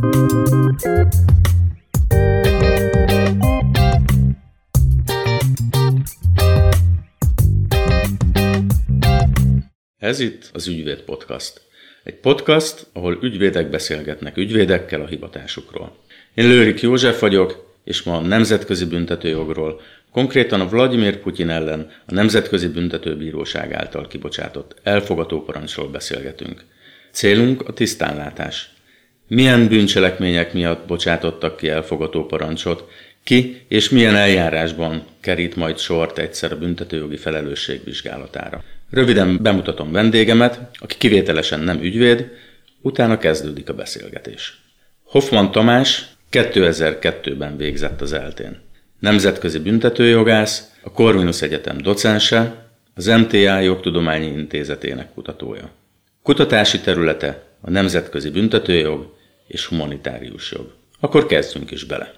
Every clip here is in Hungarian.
Ez itt az Ügyvéd Podcast. Egy podcast, ahol ügyvédek beszélgetnek ügyvédekkel a hivatásukról. Én Lőrik József vagyok, és ma a nemzetközi büntetőjogról, konkrétan a Vladimir Putyin ellen a Nemzetközi Büntetőbíróság által kibocsátott elfogatóparancsról beszélgetünk. Célunk a tisztánlátás. Milyen bűncselekmények miatt bocsátottak ki elfogatóparancsot, ki és milyen eljárásban kerít majd sort egyszer a büntetőjogi felelősség vizsgálatára. Röviden bemutatom vendégemet, aki kivételesen nem ügyvéd, utána kezdődik a beszélgetés. Hoffman Tamás 2002-ben végzett az ELTE-n. Nemzetközi büntetőjogász, a Corvinus Egyetem docense, az MTA Jogtudományi Intézetének kutatója. Kutatási területe a nemzetközi büntetőjog és humanitárius jog. Akkor kezdjünk is bele.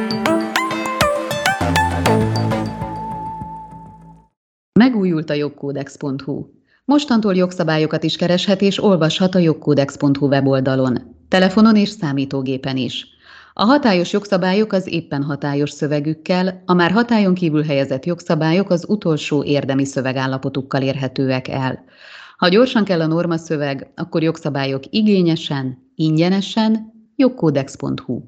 Megújult a jogkódex.hu. Mostantól jogszabályokat is kereshet és olvashat a jogkódex.hu weboldalon, telefonon és számítógépen is. A hatályos jogszabályok az éppen hatályos szövegükkel, a már hatályon kívül helyezett jogszabályok az utolsó érdemi szövegállapotukkal érhetőek el. Ha gyorsan kell a normaszöveg, akkor jogszabályok igényesen, ingyenesen, jogkódex.hu.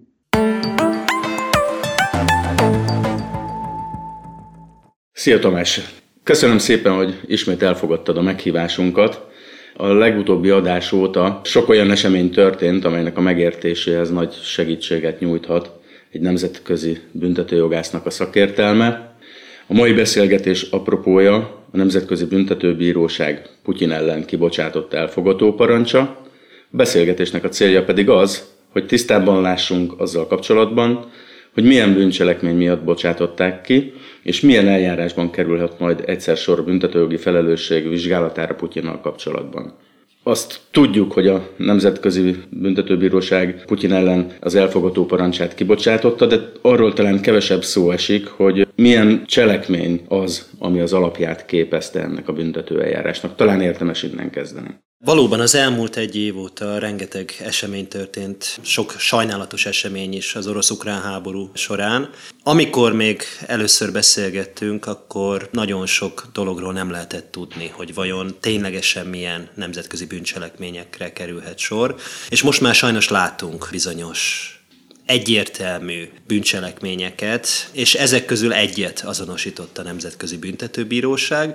Szia Tamás! Köszönöm szépen, hogy ismét elfogadtad a meghívásunkat. A legutóbbi adás óta sok olyan esemény történt, amelynek a megértéséhez nagy segítséget nyújthat egy nemzetközi büntetőjogásznak a szakértelme. A mai beszélgetés apropója a Nemzetközi Büntetőbíróság Putyin ellen kibocsátott elfogatóparancsa. A beszélgetésnek a célja pedig az, hogy tisztában lássunk azzal kapcsolatban, hogy milyen bűncselekmény miatt bocsátották ki, és milyen eljárásban kerülhet majd egyszer sor a büntetőjogi felelősség vizsgálatára Putyinnal kapcsolatban. Azt tudjuk, hogy a Nemzetközi Büntetőbíróság Putyin ellen az elfogatóparancsát kibocsátotta, de arról talán kevesebb szó esik, hogy milyen cselekmény az, ami az alapját képezte ennek a büntetőeljárásnak. Talán érdemes innen kezdeni. Valóban az elmúlt egy év óta rengeteg esemény történt, sok sajnálatos esemény is az orosz-ukrán háború során. Amikor még először beszélgettünk, akkor nagyon sok dologról nem lehetett tudni, hogy vajon ténylegesen milyen nemzetközi bűncselekményekre kerülhet sor. És most már sajnos látunk bizonyos egyértelmű bűncselekményeket, és ezek közül egyet azonosított a Nemzetközi Büntetőbíróság.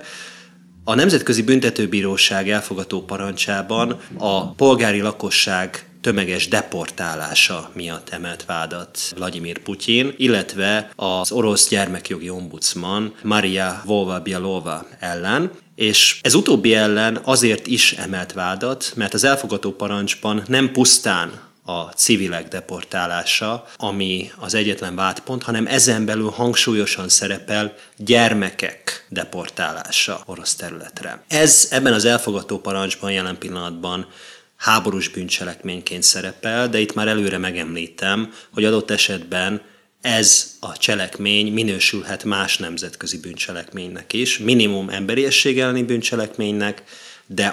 A Nemzetközi Büntetőbíróság elfogató parancsában a polgári lakosság tömeges deportálása miatt emelt vádat Vladimir Putyin, illetve az orosz gyermekjogi ombudsman Maria Lvova-Bialova ellen. És ez utóbbi ellen azért is emelt vádat, mert az elfogató parancsban nem pusztán a civilek deportálása, ami az egyetlen vádpont, hanem ezen belül hangsúlyosan szerepel gyermekek deportálása orosz területre. Ez ebben az elfogató parancsban jelen pillanatban háborús bűncselekményként szerepel, de itt már előre megemlítem, hogy adott esetben ez a cselekmény minősülhet más nemzetközi bűncselekménynek is, minimum emberiesség elleni bűncselekménynek, de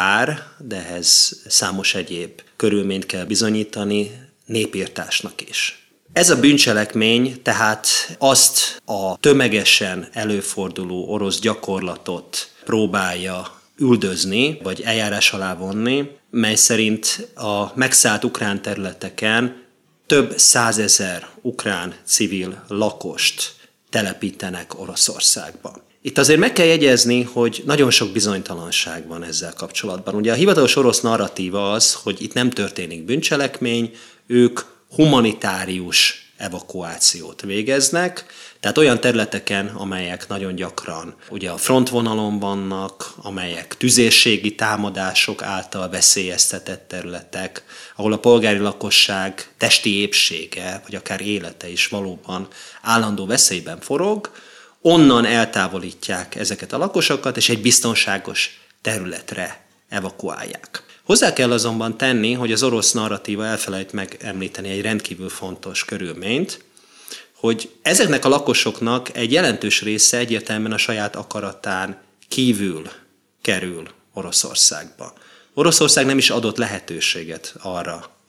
ehhez számos egyéb körülményt kell bizonyítani, népirtásnak is. Ez a bűncselekmény tehát azt a tömegesen előforduló orosz gyakorlatot próbálja üldözni, vagy eljárás alá vonni, mely szerint a megszállt ukrán területeken több százezer ukrán civil lakost telepítenek Oroszországba. Itt azért meg kell jegyezni, hogy nagyon sok bizonytalanság van ezzel kapcsolatban. Ugye a hivatalos orosz narratíva az, hogy itt nem történik bűncselekmény, ők humanitárius evakuációt végeznek, tehát olyan területeken, amelyek nagyon gyakran ugye a frontvonalon vannak, amelyek tüzérségi támadások által veszélyeztetett területek, ahol a polgári lakosság testi épsége, vagy akár élete is valóban állandó veszélyben forog, onnan eltávolítják ezeket a lakosokat, és egy biztonságos területre evakuálják. Hozzá kell azonban tenni, hogy az orosz narratíva elfelejt megemlíteni egy rendkívül fontos körülményt, hogy ezeknek a lakosoknak egy jelentős része egyértelműen a saját akaratán kívül kerül Oroszországba. Oroszország nem is adott lehetőséget arra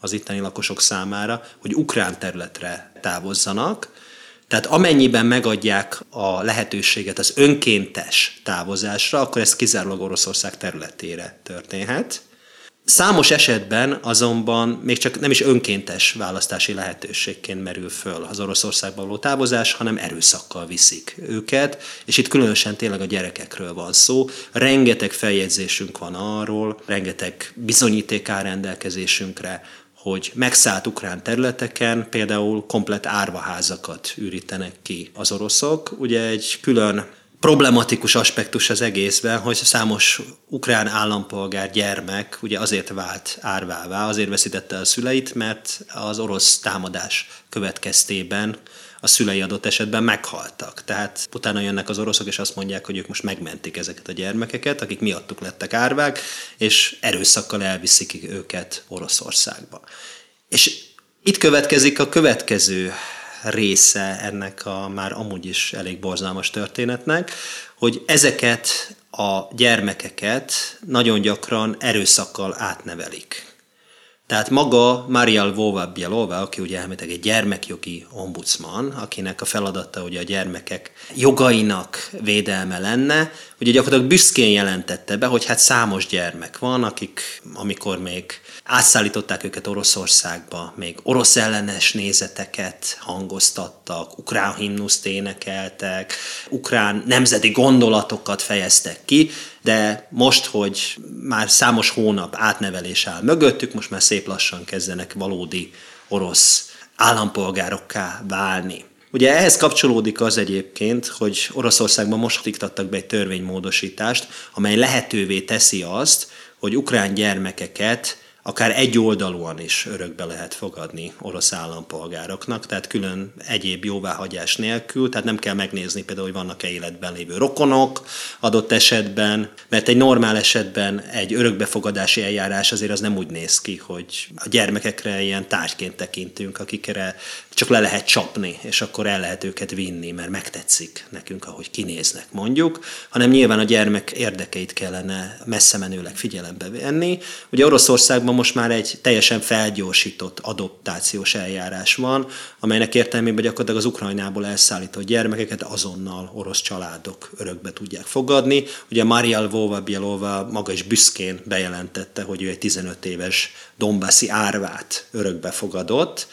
az itteni lakosok számára, hogy ukrán területre távozzanak. Tehát amennyiben megadják a lehetőséget az önkéntes távozásra, akkor ez kizárólag Oroszország területére történhet. Számos esetben azonban még csak nem is önkéntes választási lehetőségként merül föl az Oroszországba való távozás, hanem erőszakkal viszik őket, és itt különösen tényleg a gyerekekről van szó. Rengeteg feljegyzésünk van arról, rengeteg bizonyíték áll rendelkezésünkre, hogy megszállt ukrán területeken például komplett árvaházakat ürítenek ki az oroszok. Ugye egy külön problematikus aspektus az egészben, hogy számos ukrán állampolgár gyermek ugye azért vált árvává, azért veszítette a szüleit, mert az orosz támadás következtében a szülei adott esetben meghaltak. Tehát utána jönnek az oroszok, és azt mondják, hogy ők most megmentik ezeket a gyermekeket, akik miattuk lettek árvák, és erőszakkal elviszik őket Oroszországba. És itt következik a következő része ennek a már amúgy is elég borzalmas történetnek, hogy ezeket a gyermekeket nagyon gyakran erőszakkal átnevelik. Tehát maga Maria Lvova-Bielova, aki ugye elméletileg egy gyermekjogi ombudsman, akinek a feladata ugye a gyermekek jogainak védelme lenne, ugye gyakorlatilag büszkén jelentette be, hogy hát számos gyermek van, akik amikor még átszállították őket Oroszországba, még orosz ellenes nézeteket hangoztattak, ukrán himnuszt énekeltek, ukrán nemzeti gondolatokat fejeztek ki, de most, hogy már számos hónap átnevelés áll mögöttük, most már szép lassan kezdenek valódi orosz állampolgárokká válni. Ugye ehhez kapcsolódik az egyébként, hogy Oroszországban most iktattak be egy törvénymódosítást, amely lehetővé teszi azt, hogy ukrán gyermekeket akár egyoldalúan is örökbe lehet fogadni orosz állampolgároknak, tehát külön egyéb jóváhagyás nélkül, tehát nem kell megnézni például, hogy vannak-e életben lévő rokonok adott esetben, mert egy normál esetben egy örökbefogadási eljárás azért az nem úgy néz ki, hogy a gyermekekre ilyen tárgyként tekintünk, akikre csak le lehet csapni, és akkor el lehet őket vinni, mert megtetszik nekünk, ahogy kinéznek mondjuk, hanem nyilván a gyermek érdekeit kellene messze menőleg figyelembe venni. Ugye Oroszországban most már egy teljesen felgyorsított adoptációs eljárás van, amelynek értelmében gyakorlatilag az Ukrajnából elszállított gyermekeket azonnal orosz családok örökbe tudják fogadni. Ugye Maria Lvova-Bielova maga is büszkén bejelentette, hogy ő egy 15 éves donbassi árvát örökbe fogadott.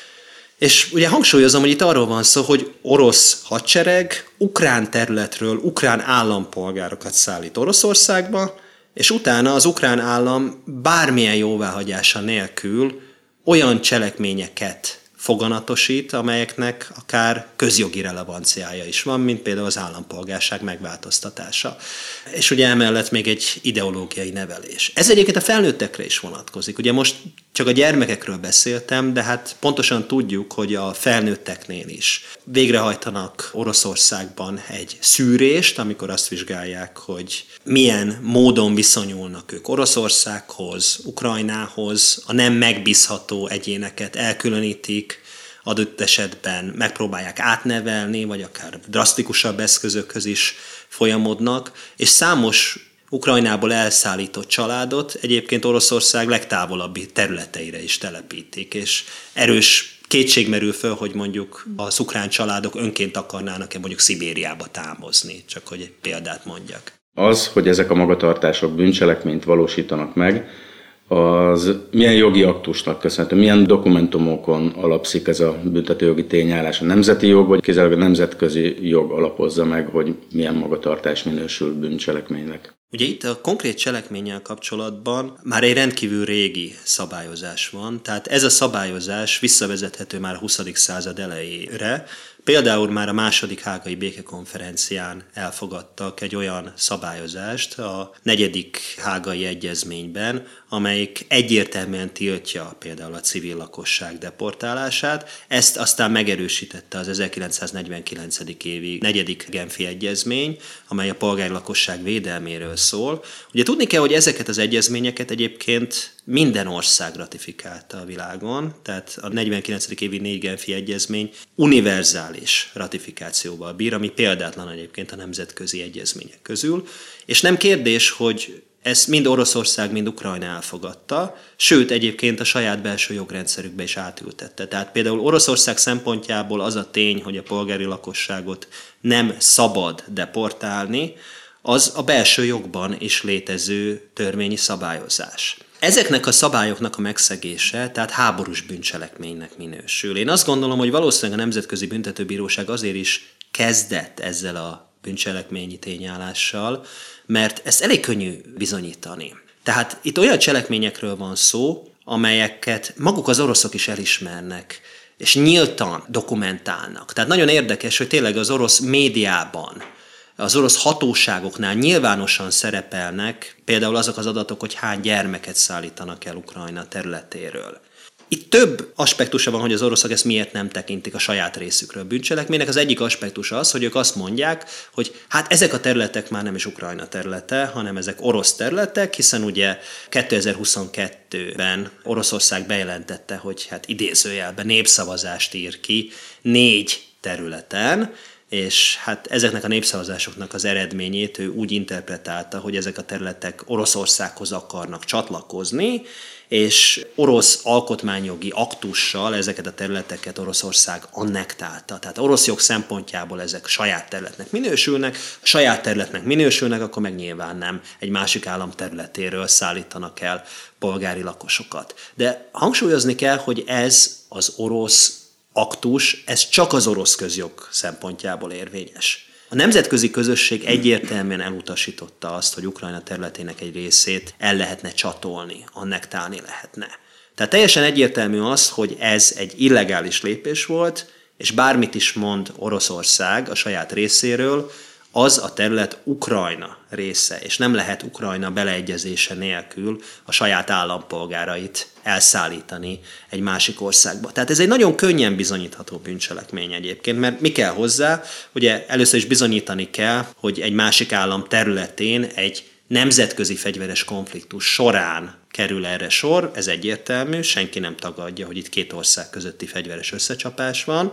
És ugye hangsúlyozom, hogy itt arról van szó, hogy orosz hadsereg ukrán területről ukrán állampolgárokat szállít Oroszországba, és utána az ukrán állam bármilyen jóváhagyása nélkül olyan cselekményeket foganatosít, amelyeknek akár közjogi relevanciája is van, mint például az állampolgárság megváltoztatása. És ugye emellett még egy ideológiai nevelés. Ez egyébként a felnőttekre is vonatkozik. Ugye most csak a gyermekekről beszéltem, de hát pontosan tudjuk, hogy a felnőtteknél is végrehajtanak Oroszországban egy szűrést, amikor azt vizsgálják, hogy milyen módon viszonyulnak ők Oroszországhoz, Ukrajnához, a nem megbízható egyéneket elkülönítik, adott esetben megpróbálják átnevelni, vagy akár drasztikusabb eszközökhöz is folyamodnak, és számos Ukrajnából elszállított családot egyébként Oroszország legtávolabbi területeire is telepítik, és erős kétség merül föl, hogy mondjuk az ukrán családok önként akarnának-e mondjuk Szibériába távozni, csak hogy egy példát mondjak. Az, hogy ezek a magatartások bűncselekményt valósítanak meg, az milyen jogi aktusnak köszönhető, milyen dokumentumokon alapszik ez a büntetőjogi tényállás? A nemzeti jog, vagy kizárólag a nemzetközi jog alapozza meg, hogy milyen magatartás minősül bűncselekménynek? Ugye itt a konkrét cselekménnyel kapcsolatban már egy rendkívül régi szabályozás van, tehát ez a szabályozás visszavezethető már a 20. század elejére. Például már a második hágai békekonferencián elfogadtak egy olyan szabályozást a 4. hágai egyezményben, amelyik egyértelműen tiltja például a civil lakosság deportálását. Ezt aztán megerősítette az 1949. évi 4. genfi egyezmény, amely a polgári lakosság védelméről szól. Ugye tudni kell, hogy ezeket az egyezményeket egyébként minden ország ratifikálta a világon, tehát a 49. évi 4 genfi egyezmény univerzális ratifikációval bír, ami példátlan egyébként a nemzetközi egyezmények közül. És nem kérdés, hogy Ezt mind Oroszország, mind Ukrajna elfogadta, sőt egyébként a saját belső jogrendszerükbe is átültette. Tehát például Oroszország szempontjából az a tény, hogy a polgári lakosságot nem szabad deportálni, az a belső jogban is létező törvényi szabályozás. Ezeknek a szabályoknak a megszegése, tehát háborús bűncselekménynek minősül. Én azt gondolom, hogy valószínűleg a Nemzetközi Büntetőbíróság azért is kezdett ezzel a bűncselekményi tényállással, mert ezt elég könnyű bizonyítani. Tehát itt olyan cselekményekről van szó, amelyeket maguk az oroszok is elismernek, és nyíltan dokumentálnak. Tehát nagyon érdekes, hogy tényleg az orosz médiában, az orosz hatóságoknál nyilvánosan szerepelnek például azok az adatok, hogy hány gyermeket szállítanak el Ukrajna területéről. Itt több aspektusa van, hogy az oroszok ezt miért nem tekintik a saját részükről bűncselekménynek. Az egyik aspektus az, hogy ők azt mondják, hogy hát ezek a területek már nem is Ukrajna területe, hanem ezek orosz területek, hiszen ugye 2022-ben Oroszország bejelentette, hogy hát idézőjelben népszavazást ír ki 4 területen, és hát ezeknek a népszavazásoknak az eredményét ő úgy interpretálta, hogy ezek a területek Oroszországhoz akarnak csatlakozni, és orosz alkotmányjogi aktussal ezeket a területeket Oroszország annektálta. Tehát orosz jog szempontjából ezek saját területnek minősülnek, saját területnek minősülnek, akkor meg nyilván nem egy másik állam területéről szállítanak el polgári lakosokat. De hangsúlyozni kell, hogy ez az orosz aktus, ez csak az orosz közjog szempontjából érvényes. A nemzetközi közösség egyértelműen elutasította azt, hogy Ukrajna területének egy részét el lehetne csatolni, annektálni lehetne. Tehát teljesen egyértelmű az, hogy ez egy illegális lépés volt, és bármit is mond Oroszország a saját részéről, az a terület Ukrajna része, és nem lehet Ukrajna beleegyezése nélkül a saját állampolgárait elszállítani egy másik országba. Tehát ez egy nagyon könnyen bizonyítható bűncselekmény egyébként, mert mi kell hozzá? Ugye először is bizonyítani kell, hogy egy másik állam területén egy nemzetközi fegyveres konfliktus során kerül erre sor, ez egyértelmű, senki nem tagadja, hogy itt 2 ország közötti fegyveres összecsapás van.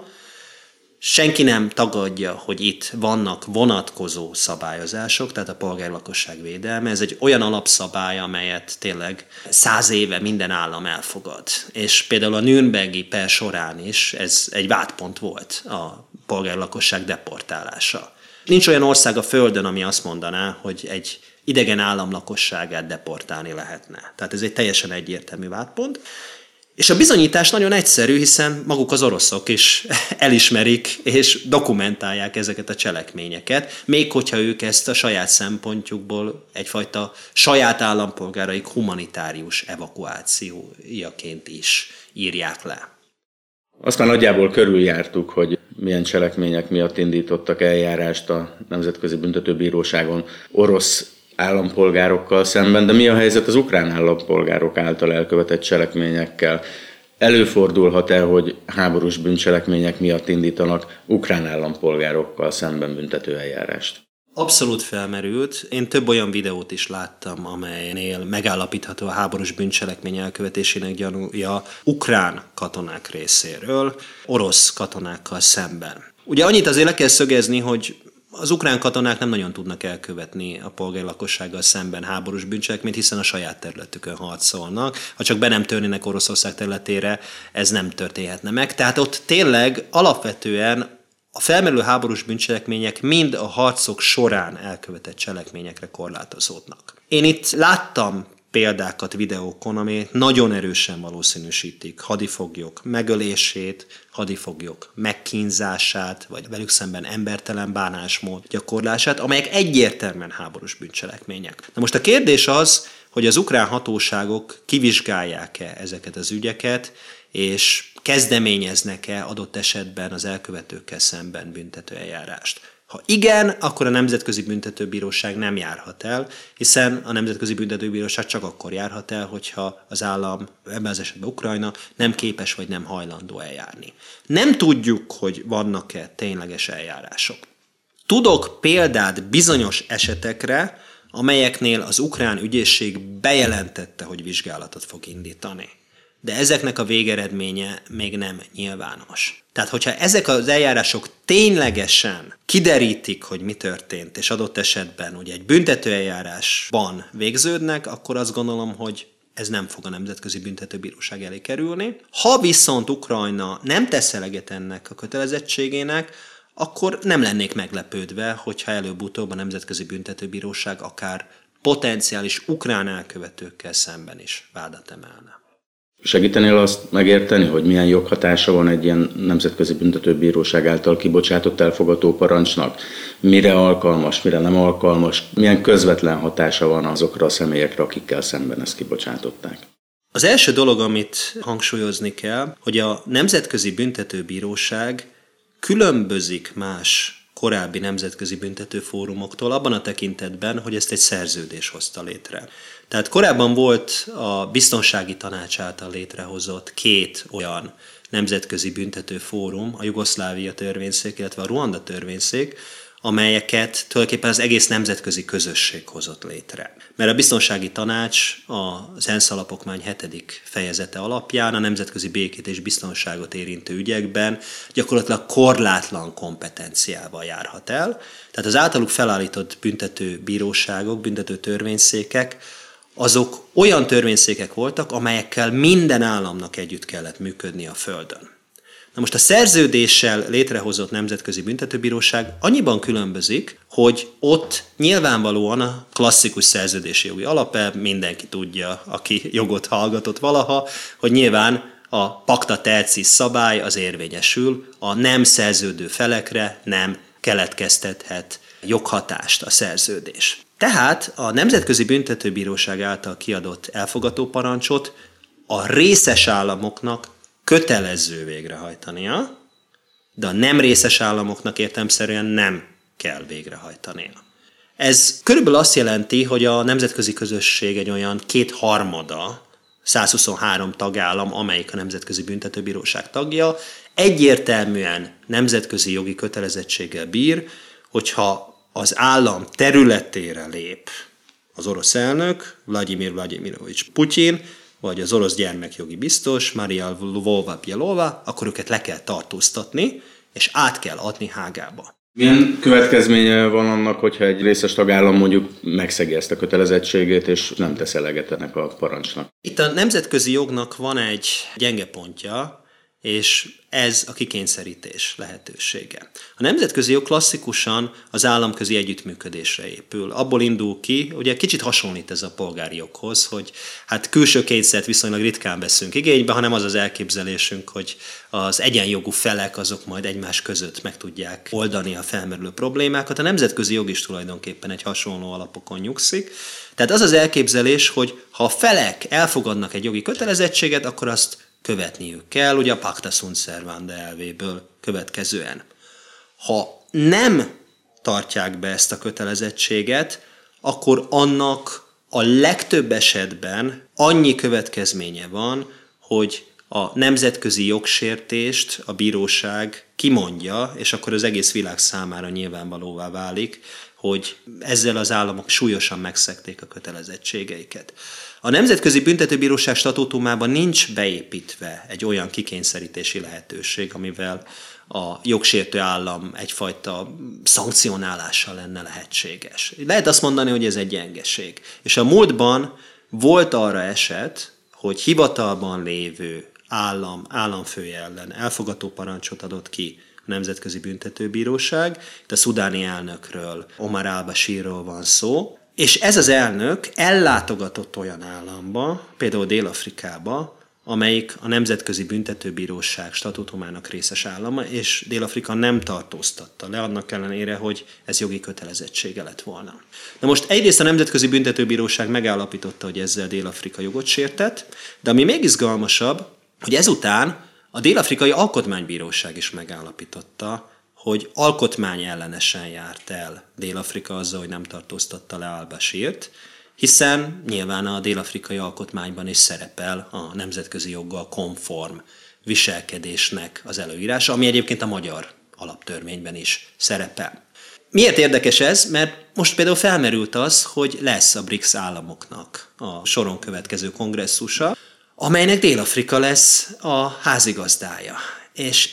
Senki nem tagadja, hogy itt vannak vonatkozó szabályozások, tehát a polgárlakosság védelme. Ez egy olyan alapszabály, amelyet tényleg 100 éve minden állam elfogad. És például a Nürnbergi per során is ez egy vádpont volt a polgárlakosság deportálása. Nincs olyan ország a Földön, ami azt mondaná, hogy egy idegen állam lakosságát deportálni lehetne. Tehát ez egy teljesen egyértelmű vádpont. És a bizonyítás nagyon egyszerű, hiszen maguk az oroszok is elismerik és dokumentálják ezeket a cselekményeket, még hogyha ők ezt a saját szempontjukból egyfajta saját állampolgáraik humanitárius evakuációjaként is írják le. Azt már nagyjából körüljártuk, hogy milyen cselekmények miatt indítottak eljárást a Nemzetközi Büntetőbíróságon orosz állampolgárokkal szemben, de mi a helyzet az ukrán állampolgárok által elkövetett cselekményekkel? Előfordulhat-e, hogy háborús bűncselekmények miatt indítanak ukrán állampolgárokkal szemben büntetőeljárást? Abszolút felmerült. Én több olyan videót is láttam, amelynél megállapítható a háborús bűncselekmény elkövetésének gyanúja ukrán katonák részéről, orosz katonákkal szemben. Ugye annyit azért le kell szögezni, hogy az ukrán katonák nem nagyon tudnak elkövetni a polgári lakossággal szemben háborús bűncselekményt, hiszen a saját területükön harcolnak. Ha csak be nem törnének Oroszország területére, ez nem történhetne meg. Tehát ott tényleg alapvetően a felmerülő háborús bűncselekmények mind a harcok során elkövetett cselekményekre korlátozódnak. Én itt láttam példákat videókon, amelyek nagyon erősen valószínűsítik hadifoglyok megölését, hadifoglyok megkínzását, vagy velük szemben embertelen bánásmód gyakorlását, amelyek egyértelműen háborús bűncselekmények. Na most a kérdés az, hogy az ukrán hatóságok kivizsgálják-e ezeket az ügyeket, és kezdeményeznek-e adott esetben az elkövetőkkel szemben büntetőeljárást. Ha igen, akkor a Nemzetközi Büntetőbíróság nem járhat el, hiszen a Nemzetközi Büntetőbíróság csak akkor járhat el, hogyha az állam, ebben az esetben Ukrajna, nem képes vagy nem hajlandó eljárni. Nem tudjuk, hogy vannak-e tényleges eljárások. Tudok példát bizonyos esetekre, amelyeknél az ukrán ügyészség bejelentette, hogy vizsgálatot fog indítani. de ezeknek a végeredménye még nem nyilvános. Tehát, hogyha ezek az eljárások ténylegesen kiderítik, hogy mi történt, és adott esetben ugye egy büntetőeljárásban végződnek, akkor azt gondolom, hogy ez nem fog a Nemzetközi Büntetőbíróság elé kerülni. Ha viszont Ukrajna nem tesz eleget ennek a kötelezettségének, akkor nem lennék meglepődve, hogyha előbb-utóbb a Nemzetközi Büntetőbíróság akár potenciális ukrán elkövetőkkel szemben is vádat emelne. Segítenél azt megérteni, hogy milyen joghatása van egy ilyen Nemzetközi Büntetőbíróság által kibocsátott elfogató parancsnak? Mire alkalmas, mire nem alkalmas? Milyen közvetlen hatása van azokra a személyekre, akikkel szemben ezt kibocsátották? Az első dolog, amit hangsúlyozni kell, hogy a Nemzetközi Büntetőbíróság különbözik más korábbi nemzetközi büntetőfórumoktól abban a tekintetben, hogy ezt egy szerződés hozta létre. Tehát korábban volt a Biztonsági Tanács által létrehozott 2 olyan nemzetközi büntetőfórum, a Jugoszlávia törvényszék, illetve a Ruanda törvényszék, amelyeket tulajdonképpen az egész nemzetközi közösség hozott létre. Mert a Biztonsági Tanács az ENSZ alapokmány 7. fejezete alapján a nemzetközi békét és biztonságot érintő ügyekben gyakorlatilag korlátlan kompetenciával járhat el. Tehát az általuk felállított büntetőbíróságok, büntető törvényszékek, azok olyan törvényszékek voltak, amelyekkel minden államnak együtt kellett működni a Földön. Na most a szerződéssel létrehozott Nemzetközi Büntetőbíróság annyiban különbözik, hogy ott nyilvánvalóan a klasszikus szerződési jogi alapelv, mindenki tudja, aki jogot hallgatott valaha, hogy nyilván a pacta tercis szabály az érvényesül, a nem szerződő felekre nem keletkeztethet joghatást a szerződés. Tehát a Nemzetközi Büntetőbíróság által kiadott elfogató parancsot a részes államoknak kötelező végrehajtania, de a nem részes államoknak értelemszerűen nem kell végrehajtania. Ez körülbelül azt jelenti, hogy a nemzetközi közösség egy olyan 2/3, 123 tagállam, amelyik a Nemzetközi Büntetőbíróság tagja, egyértelműen nemzetközi jogi kötelezettséggel bír, hogyha az állam területére lép az orosz elnök, Vladimir Vladimirovics Putyin, vagy az orosz gyermekjogi biztos, Maria Lvova-Bielova, akkor őket le kell tartóztatni, és át kell adni Hágába. Milyen következménye van annak, hogyha egy részes tagállam mondjuk megszegi ezt a kötelezettségét, és nem tesz eleget ennek a parancsnak? Itt a nemzetközi jognak van egy gyenge pontja, és ez a kikényszerítés lehetősége. A nemzetközi jog klasszikusan az államközi együttműködésre épül. Abból indul ki, ugye kicsit hasonlít ez a polgári joghoz, hogy hát külső kényszert viszonylag ritkán veszünk igénybe, hanem az az elképzelésünk, hogy az egyenjogú felek azok majd egymás között meg tudják oldani a felmerülő problémákat. A nemzetközi jog is tulajdonképpen egy hasonló alapokon nyugszik. Tehát az az elképzelés, hogy ha a felek elfogadnak egy jogi kötelezettséget, akkor azt követniük kell, ugye a pacta sunt servanda elvéből következően. Ha nem tartják be ezt a kötelezettséget, akkor annak a legtöbb esetben annyi következménye van, hogy a nemzetközi jogsértést a bíróság kimondja, és akkor az egész világ számára nyilvánvalóvá válik, hogy ezzel az államok súlyosan megszegték a kötelezettségeiket. A Nemzetközi Büntetőbíróság statútumában nincs beépítve egy olyan kikényszerítési lehetőség, amivel a jogsértő állam egyfajta szankcionálással lenne lehetséges. Lehet azt mondani, hogy ez egy gyengeség. És a múltban volt arra eset, hogy hivatalban lévő államfője ellen elfogató parancsot adott ki a Nemzetközi Büntetőbíróság, itt a szudáni elnökről, Omar al-Bashirról van szó, és ez az elnök ellátogatott olyan államba, például Dél-Afrikába, amelyik a Nemzetközi Büntetőbíróság statútumának részes állama, és Dél-Afrika nem tartóztatta le, annak ellenére, hogy ez jogi kötelezettsége lett volna. Na most egyrészt a Nemzetközi Büntetőbíróság megállapította, hogy ezzel Dél-Afrika jogot sértett, de ami még izgalmasabb, hogy ezután a Dél-Afrikai Alkotmánybíróság is megállapította, hogy alkotmányellenesen járt el Dél-Afrika azzal, hogy nem tartóztatta le al-Bashirt, hiszen nyilván a dél-afrikai alkotmányban is szerepel a nemzetközi joggal konform viselkedésnek az előírása, ami egyébként a magyar alaptörvényben is szerepel. Miért érdekes ez? Mert most például felmerült az, hogy lesz a BRICS államoknak a soron következő kongresszusa, amelynek Dél-Afrika lesz a házigazdája. És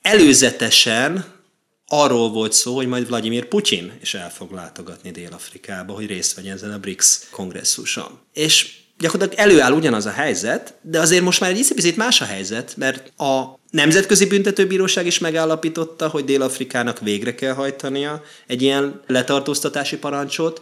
előzetesen arról volt szó, hogy majd Vladimir Putyin is el fog látogatni Dél-Afrikába, hogy részt vegyen ezen a BRICS kongresszuson. És gyakorlatilag előáll ugyanaz a helyzet, de azért most már egy picit más a helyzet, mert a Nemzetközi Büntetőbíróság is megállapította, hogy Dél-Afrikának végre kell hajtania egy ilyen letartóztatási parancsot,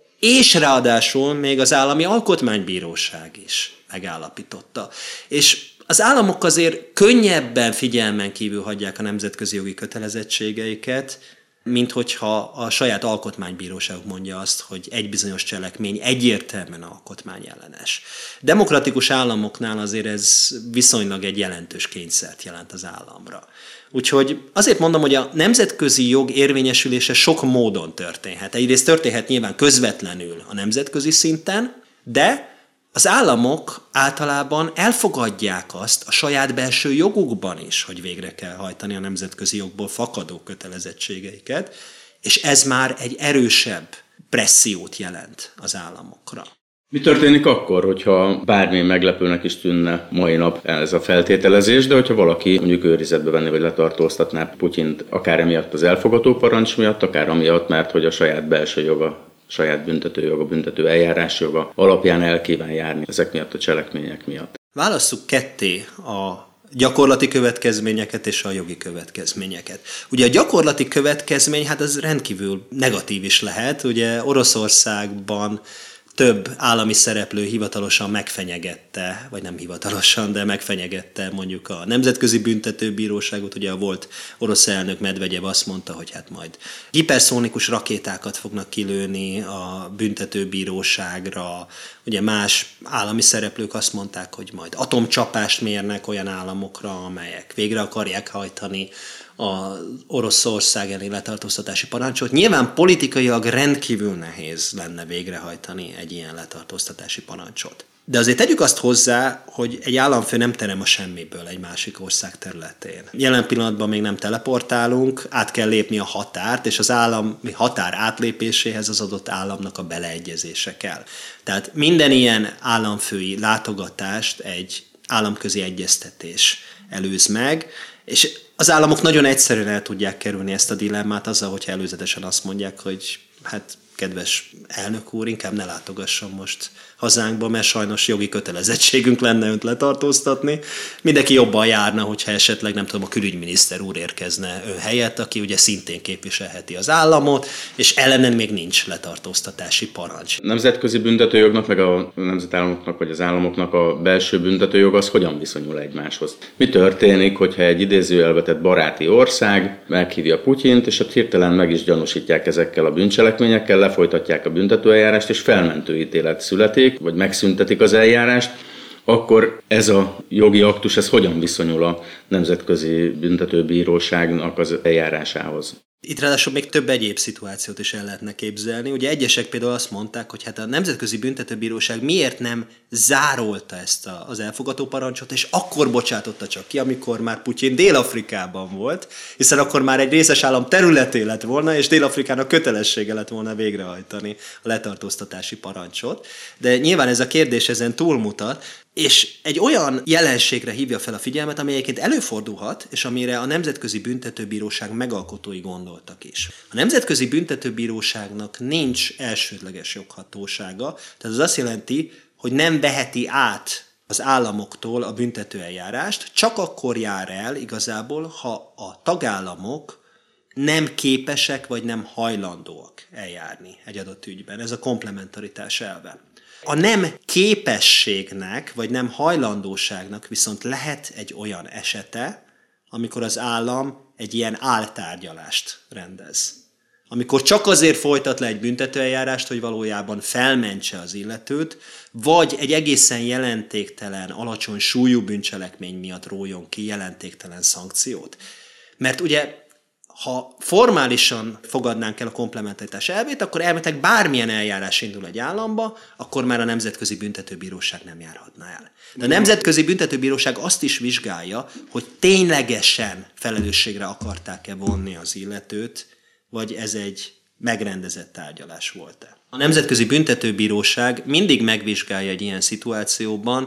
és ráadásul még az Állami Alkotmánybíróság is megállapította. És az államok azért könnyebben figyelmen kívül hagyják a nemzetközi jogi kötelezettségeiket, mint hogyha a saját alkotmánybíróságuk mondja azt, hogy egy bizonyos cselekmény egyértelműen alkotmányellenes. Demokratikus államoknál azért ez viszonylag egy jelentős kényszert jelent az államra. Úgyhogy azért mondom, hogy a nemzetközi jog érvényesülése sok módon történhet. Egyrészt történhet nyilván közvetlenül a nemzetközi szinten, de az államok általában elfogadják azt a saját belső jogukban is, hogy végre kell hajtani a nemzetközi jogból fakadó kötelezettségeiket, és ez már egy erősebb pressziót jelent az államokra. Mi történik akkor, hogyha bármi meglepőnek is tűnne mai nap ez a feltételezés, de hogyha valaki mondjuk őrizetbe venni, vagy letartóztatná Putyint, akár emiatt az elfogató parancs miatt, akár amiatt, mert hogy a saját belső joga, saját büntetőjoga, büntető eljárás joga alapján el kíván járni ezek miatt a cselekmények miatt. Válasszuk ketté a gyakorlati következményeket és a jogi következményeket. Ugye a gyakorlati következmény, hát ez rendkívül negatív is lehet. Ugye Oroszországban több állami szereplő hivatalosan megfenyegette, vagy nem hivatalosan, de megfenyegette mondjuk a Nemzetközi Büntetőbíróságot. Ugye a volt orosz elnök Medvegyev azt mondta, hogy hát majd hiperszónikus rakétákat fognak kilőni a büntetőbíróságra. Ugye más állami szereplők azt mondták, hogy majd atomcsapást mérnek olyan államokra, amelyek végre akarják hajtani az Oroszország elleni letartóztatási parancsot. Nyilván politikailag rendkívül nehéz lenne végrehajtani egy ilyen letartóztatási parancsot. De azért tegyük azt hozzá, hogy egy államfő nem terem a semmiből egy másik ország területén. Jelen pillanatban még nem teleportálunk, át kell lépni a határt, és az állami határ átlépéséhez az adott államnak a beleegyezése kell. Tehát minden ilyen államfői látogatást egy államközi egyeztetés előz meg, és az államok nagyon egyszerűen el tudják kerülni ezt a dilemmát azzal, hogyha előzetesen azt mondják, hogy hát kedves elnök úr, inkább ne látogasson most hazánkba, mert sajnos jogi kötelezettségünk lenne önt letartóztatni. Mindenki jobban járna, hogyha esetleg, nem tudom, a külügyminiszter úr érkezne ön helyett, aki ugye szintén képviselheti az államot, és ellenen még nincs letartóztatási parancs. A nemzetközi büntetőjognak, meg a nemzetállamoknak, vagy az államoknak a belső büntetőjog az hogyan viszonyul egymáshoz? Mi történik, hogyha egy idézőjelbe tett baráti ország meghívja Putyint, és ott hirtelen meg is gyanúsítják ezekkel a bűncselekményekkel, lefolytatják a büntetőeljárást, és felmentő ítélet születik, vagy megszüntetik az eljárást, akkor ez a jogi aktus, ez hogyan viszonyul a Nemzetközi Büntetőbíróságnak az eljárásához? Itt ráadásul még több egyéb szituációt is el lehetne képzelni. Ugye egyesek például azt mondták, hogy hát a Nemzetközi Büntetőbíróság miért nem zárolta ezt az elfogató parancsot, és akkor bocsátotta csak ki, amikor már Putyin Dél-Afrikában volt, hiszen akkor már egy részes állam területé lett volna, és Dél-Afrikának kötelessége lett volna végrehajtani a letartóztatási parancsot. De nyilván ez a kérdés ezen túlmutat, és egy olyan jelenségre hívja fel a figyelmet, ami egyébként előfordulhat, és amire a Nemzetközi Büntetőbíróság megalkotói gondoltak is. A Nemzetközi Büntetőbíróságnak nincs elsődleges joghatósága, tehát az azt jelenti, hogy nem veheti át az államoktól a büntetőeljárást, csak akkor jár el igazából, ha a tagállamok nem képesek vagy nem hajlandóak eljárni egy adott ügyben. Ez a komplementaritás elve. A nem képességnek, vagy nem hajlandóságnak viszont lehet egy olyan esete, amikor az állam egy ilyen áltárgyalást rendez. Amikor csak azért folytat le egy büntetőeljárást, hogy valójában felmentse az illetőt, vagy egy egészen jelentéktelen, alacsony súlyú bűncselekmény miatt rójon ki jelentéktelen szankciót. Mert ugye ha formálisan fogadnánk el a komplementaritás elvét, akkor elméletileg bármilyen eljárás indul egy államba, akkor már a Nemzetközi Büntetőbíróság nem járhatna el. De a Nemzetközi Büntetőbíróság azt is vizsgálja, hogy ténylegesen felelősségre akarták-e vonni az illetőt, vagy ez egy megrendezett tárgyalás volt-e. A Nemzetközi Büntetőbíróság mindig megvizsgálja egy ilyen szituációban,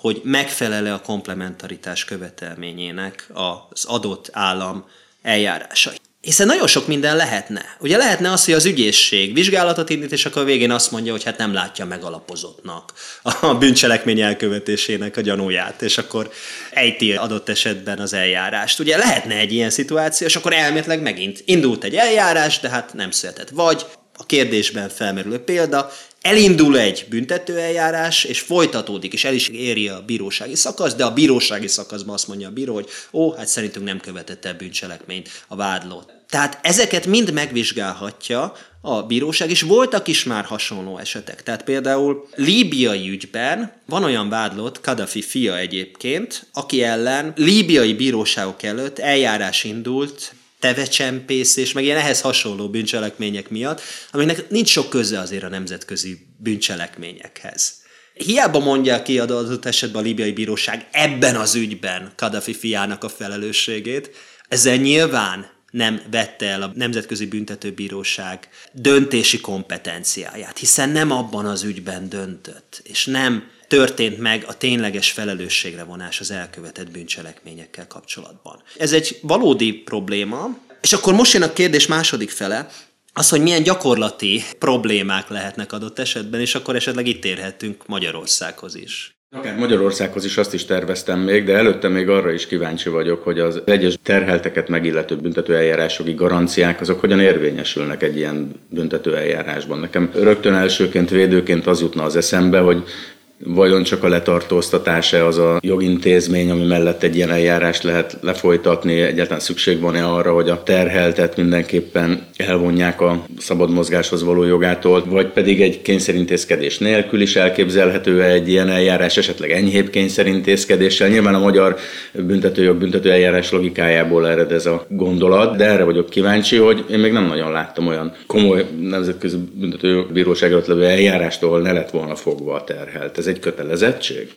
hogy megfelel-e a komplementaritás követelményének az adott állam eljárása. Hiszen nagyon sok minden lehetne. Ugye lehetne az, hogy az ügyészség vizsgálatot indít, és akkor a végén azt mondja, hogy hát nem látja megalapozottnak a bűncselekmény elkövetésének a gyanúját, és akkor ejti adott esetben az eljárást. Ugye lehetne egy ilyen szituáció, és akkor elméletileg megint indult egy eljárás, de hát nem született. Vagy a kérdésben felmerülő példa, elindul egy büntetőeljárás, és folytatódik, és el is éri a bírósági szakasz, de a bírósági szakaszban azt mondja a bíró, hogy hát szerintünk nem követett el bűncselekményt a vádlott. Tehát ezeket mind megvizsgálhatja a bíróság, és voltak is már hasonló esetek. Tehát például líbiai ügyben van olyan vádlott, Kadhafi fia egyébként, aki ellen líbiai bíróságok előtt eljárás indult, tevecsempészés, meg ilyen ehhez hasonló bűncselekmények miatt, aminek nincs sok köze azért a nemzetközi bűncselekményekhez. Hiába mondja ki adott esetben a líbiai bíróság ebben az ügyben Kadhafi fiának a felelősségét, ezzel nyilván nem vette el a Nemzetközi Büntetőbíróság döntési kompetenciáját, hiszen nem abban az ügyben döntött, és nem történt meg a tényleges felelősségre vonás az elkövetett bűncselekményekkel kapcsolatban. Ez egy valódi probléma, és akkor most jön a kérdés második fele, az, hogy milyen gyakorlati problémák lehetnek adott esetben, és akkor esetleg itt érhetünk Magyarországhoz is. Akár Magyarországhoz is azt is terveztem még, de előtte még arra is kíváncsi vagyok, hogy az egyes terhelteket megillető büntetőeljárásjogi garanciák, azok hogyan érvényesülnek egy ilyen büntetőeljárásban. Nekem rögtön elsőként, védőként az jutna az eszembe, hogy vajon csak a letartóztatás-e az a jogintézmény, ami mellett egy ilyen eljárást lehet lefolytatni, egyáltalán szükség van-e arra, hogy a terheltet mindenképpen elvonják a szabad mozgáshoz való jogától, vagy pedig egy kényszerintézkedés nélkül is elképzelhető egy ilyen eljárás, esetleg enyhébb kényszerintézkedéssel. Nyilván a magyar büntetőjog, büntetőeljárás logikájából ered ez a gondolat, de erre vagyok kíváncsi, hogy én még nem nagyon láttam olyan komoly nemzetközi büntetőbíróság előtt levő eljárást, ahol ne lett volna fogva a terhelt. Ez egy kötelezettség?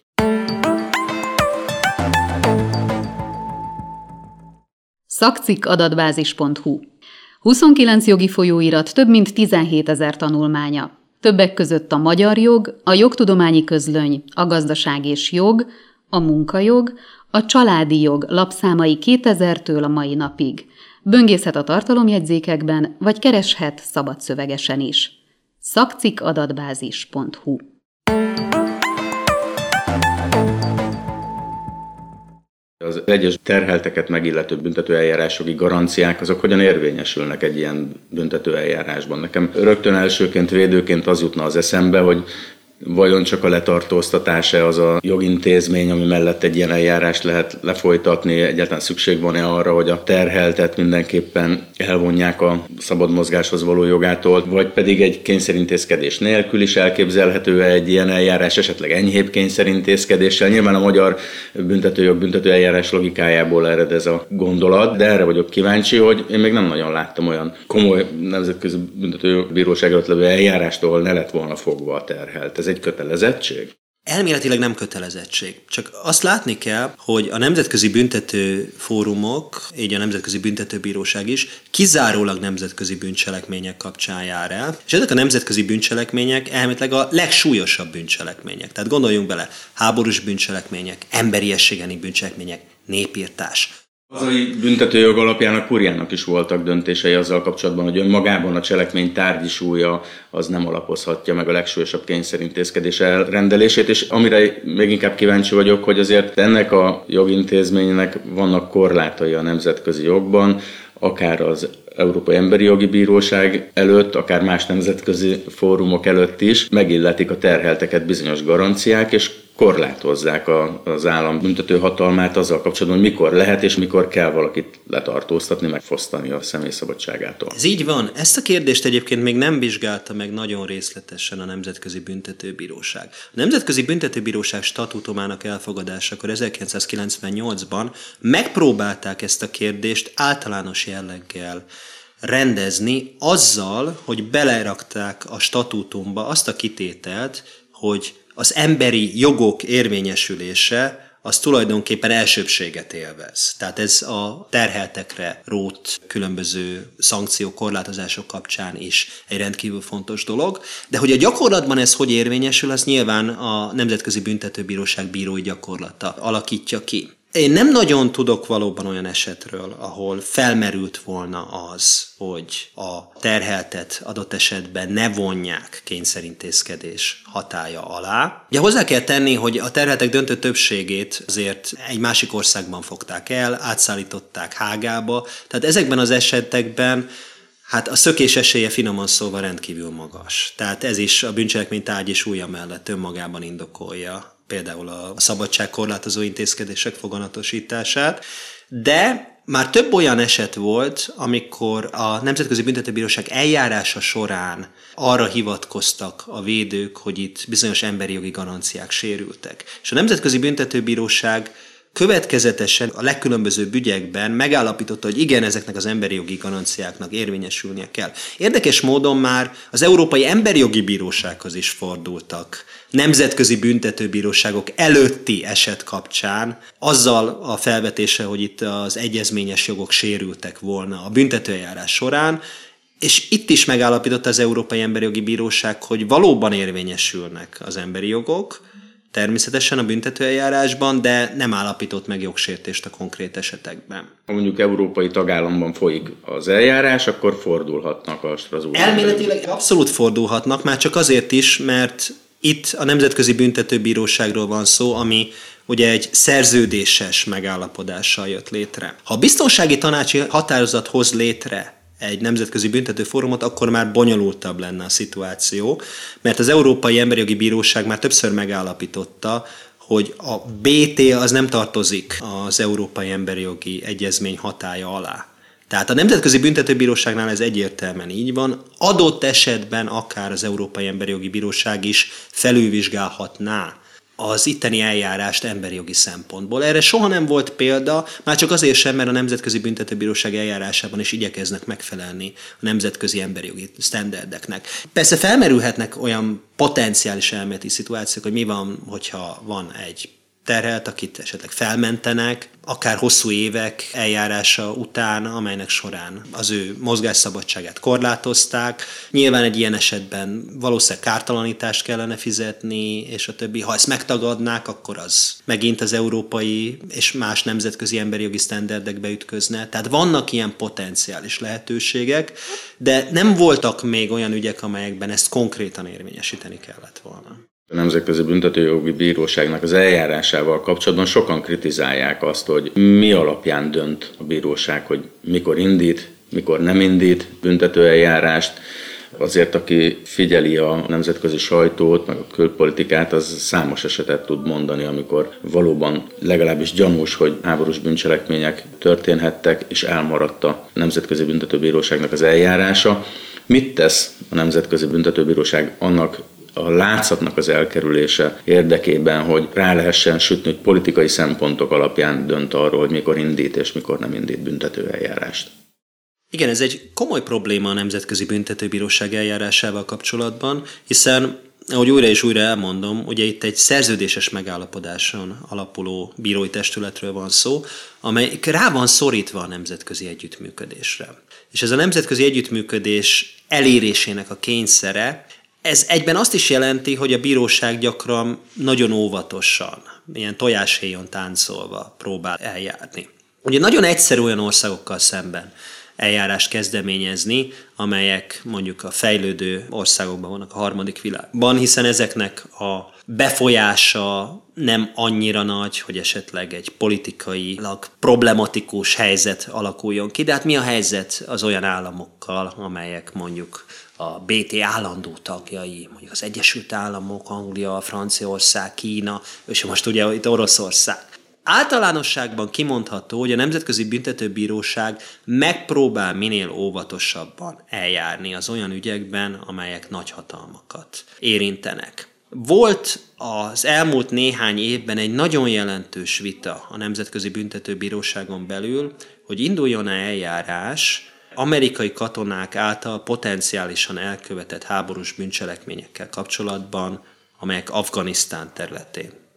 Szakcikkadatbázis.hu 29 jogi folyóirat, több mint 17 000 tanulmánya. Többek között a magyar jog, a jogtudományi közlöny, a gazdaság és jog, a munkajog, a családi jog lapszámai 2000-től a mai napig. Böngészhet a tartalomjegyzékekben, vagy kereshet szabadszövegesen is. Szakcikkadatbázis.hu Az egyes terhelteket megillető büntetőeljárásjogi garanciák, azok hogyan érvényesülnek egy ilyen büntetőeljárásban. Nekem rögtön elsőként, védőként az jutna az eszembe, hogy vajon csak a letartóztatás-e az a jogintézmény, ami mellett egy ilyen eljárást lehet lefolytatni, egyáltalán szükség van-e arra, hogy a terheltet mindenképpen elvonják a szabad mozgáshoz való jogától, vagy pedig egy kényszerintézkedés nélkül is elképzelhető egy ilyen eljárás, esetleg enyhébb kényszerintézkedéssel. Nyilván a magyar büntetőjog, büntetőeljárás logikájából ered ez a gondolat, de erre vagyok kíváncsi, hogy én még nem nagyon láttam olyan komoly nemzetközi büntetőbíróság előtt levő eljárást, ahol ne lett volna fogva a terhelt. Ez egy kötelezettség? Elméletileg nem kötelezettség. Csak azt látni kell, hogy a nemzetközi büntető fórumok, így a Nemzetközi Büntetőbíróság is kizárólag nemzetközi bűncselekmények kapcsán jár el, és ezek a nemzetközi bűncselekmények elméletileg a legsúlyosabb bűncselekmények. Tehát gondoljunk bele, háborús bűncselekmények, emberiesség elleni bűncselekmények, népirtás. Az hazai büntetőjog alapján a Kurjának is voltak döntései azzal kapcsolatban, hogy önmagában a cselekmény tárgyi súlya az nem alapozhatja meg a legsúlyosabb kényszerintézkedés elrendelését, és amire még inkább kíváncsi vagyok, hogy azért ennek a jogintézménynek vannak korlátai a nemzetközi jogban, akár az Európai Emberi Jogi Bíróság előtt, akár más nemzetközi fórumok előtt is megilletik a terhelteket bizonyos garanciák, és korlátozzák az állam büntető hatalmát azzal kapcsolatban, hogy mikor lehet és mikor kell valakit letartóztatni, megfosztani a személy szabadságától. Ez így van. Ezt a kérdést egyébként még nem vizsgálta meg nagyon részletesen a Nemzetközi Büntetőbíróság. A Nemzetközi Büntetőbíróság statútumának elfogadásakor 1998-ban megpróbálták ezt a kérdést általános jelleggel rendezni azzal, hogy belerakták a statútumba azt a kitételt, hogy az emberi jogok érvényesülése az tulajdonképpen elsőbbséget élvez. Tehát ez a terheltekre rótt különböző szankciók, korlátozások kapcsán is egy rendkívül fontos dolog. De hogy a gyakorlatban ez hogy érvényesül, az nyilván a Nemzetközi Büntetőbíróság bírói gyakorlata alakítja ki. Én nem nagyon tudok valóban olyan esetről, ahol felmerült volna az, hogy a terheltet adott esetben ne vonják kényszerintézkedés hatálya alá. Ugye hozzá kell tenni, hogy a terheltek döntő többségét azért egy másik országban fogták el, átszállították Hágába, tehát ezekben az esetekben hát a szökés esélye finoman szólva rendkívül magas. Tehát ez is a bűncselekmény tárgyi súlya mellett önmagában indokolja például a szabadságkorlátozó intézkedések foganatosítását, de már több olyan eset volt, amikor a Nemzetközi Büntetőbíróság eljárása során arra hivatkoztak a védők, hogy itt bizonyos emberi jogi garanciák sérültek. És a Nemzetközi Büntetőbíróság következetesen a legkülönbözőbb ügyekben megállapította, hogy igen, ezeknek az emberi jogi garanciáknak érvényesülnie kell. Érdekes módon már az Európai Emberi Jogi Bírósághoz is fordultak nemzetközi büntetőbíróságok előtti eset kapcsán, azzal a felvetése, hogy itt az egyezményes jogok sérültek volna a büntetőeljárás során, és itt is megállapította az Európai Emberi Jogi Bíróság, hogy valóban érvényesülnek az emberi jogok, természetesen a büntetőeljárásban, de nem állapított meg jogsértést a konkrét esetekben. Ha mondjuk európai tagállamban folyik az eljárás, akkor fordulhatnak a Strasbourg. Elméletileg abszolút fordulhatnak, már csak azért is, mert itt a Nemzetközi Büntetőbíróságról van szó, ami ugye egy szerződéses megállapodással jött létre. Ha a biztonsági tanácsi határozat hoz létre egy nemzetközi büntetőfórumot, akkor már bonyolultabb lenne a szituáció, mert az Európai Emberi Jogi Bíróság már többször megállapította, hogy a BT az nem tartozik az Európai Emberi Jogi Egyezmény hatálya alá. Tehát a Nemzetközi Büntetőbíróságnál ez egyértelműen így van, adott esetben akár az Európai Emberi Jogi Bíróság is felülvizsgálhatná az itteni eljárást emberi jogi szempontból. Erre soha nem volt példa, már csak azért sem, mert a Nemzetközi Büntetőbíróság eljárásában is igyekeznek megfelelni a nemzetközi emberi jogi sztenderdeknek. Persze felmerülhetnek olyan potenciális elméleti szituációk, hogy mi van, hogyha van egy terhelt, akit esetleg felmentenek, akár hosszú évek eljárása után, amelynek során az ő mozgásszabadságát korlátozták. Nyilván egy ilyen esetben valószínűleg kártalanítást kellene fizetni, és a többi. Ha ezt megtagadnák, akkor az megint az európai és más nemzetközi emberi jogi sztenderdekbe ütközne. Tehát vannak ilyen potenciális lehetőségek, de nem voltak még olyan ügyek, amelyekben ezt konkrétan érvényesíteni kellett volna. A Nemzetközi Büntetőjogi Bíróságnak az eljárásával kapcsolatban sokan kritizálják azt, hogy mi alapján dönt a bíróság, hogy mikor indít, mikor nem indít büntetőeljárást. Azért, aki figyeli a nemzetközi sajtót, meg a külpolitikát, az számos esetet tud mondani, amikor valóban legalábbis gyanús, hogy háborús bűncselekmények történhettek, és elmaradt a Nemzetközi Büntetőbíróságnak az eljárása. Mit tesz a Nemzetközi Büntetőbíróság annak a látszatnak az elkerülése érdekében, hogy rá lehessen sütni, hogy politikai szempontok alapján dönt arról, hogy mikor indít és mikor nem indít büntetőeljárást? Igen, ez egy komoly probléma a Nemzetközi Büntetőbíróság eljárásával kapcsolatban, hiszen, ahogy újra és újra elmondom, ugye itt egy szerződéses megállapodáson alapuló bírói testületről van szó, amely rá van szorítva a nemzetközi együttműködésre. És ez a nemzetközi együttműködés elérésének a kényszere, ez egyben azt is jelenti, hogy a bíróság gyakran nagyon óvatosan, ilyen tojáshéjon táncolva próbál eljárni. Ugye nagyon egyszerű olyan országokkal szemben eljárást kezdeményezni, amelyek mondjuk a fejlődő országokban vannak, a harmadik világban, hiszen ezeknek a befolyása nem annyira nagy, hogy esetleg egy politikailag problematikus helyzet alakuljon ki. De hát mi a helyzet az olyan államokkal, amelyek mondjuk a BT állandó tagjai, mondjuk az Egyesült Államok, Anglia, Franciaország, Kína, és most ugye itt Oroszország. Általánosságban kimondható, hogy a Nemzetközi Büntetőbíróság megpróbál minél óvatosabban eljárni az olyan ügyekben, amelyek nagyhatalmakat érintenek. Volt az elmúlt néhány évben egy nagyon jelentős vita a Nemzetközi Büntetőbíróságon belül, hogy induljon-e eljárás amerikai katonák által potenciálisan elkövetett háborús bűncselekményekkel kapcsolatban, amelyek Afganisztán területén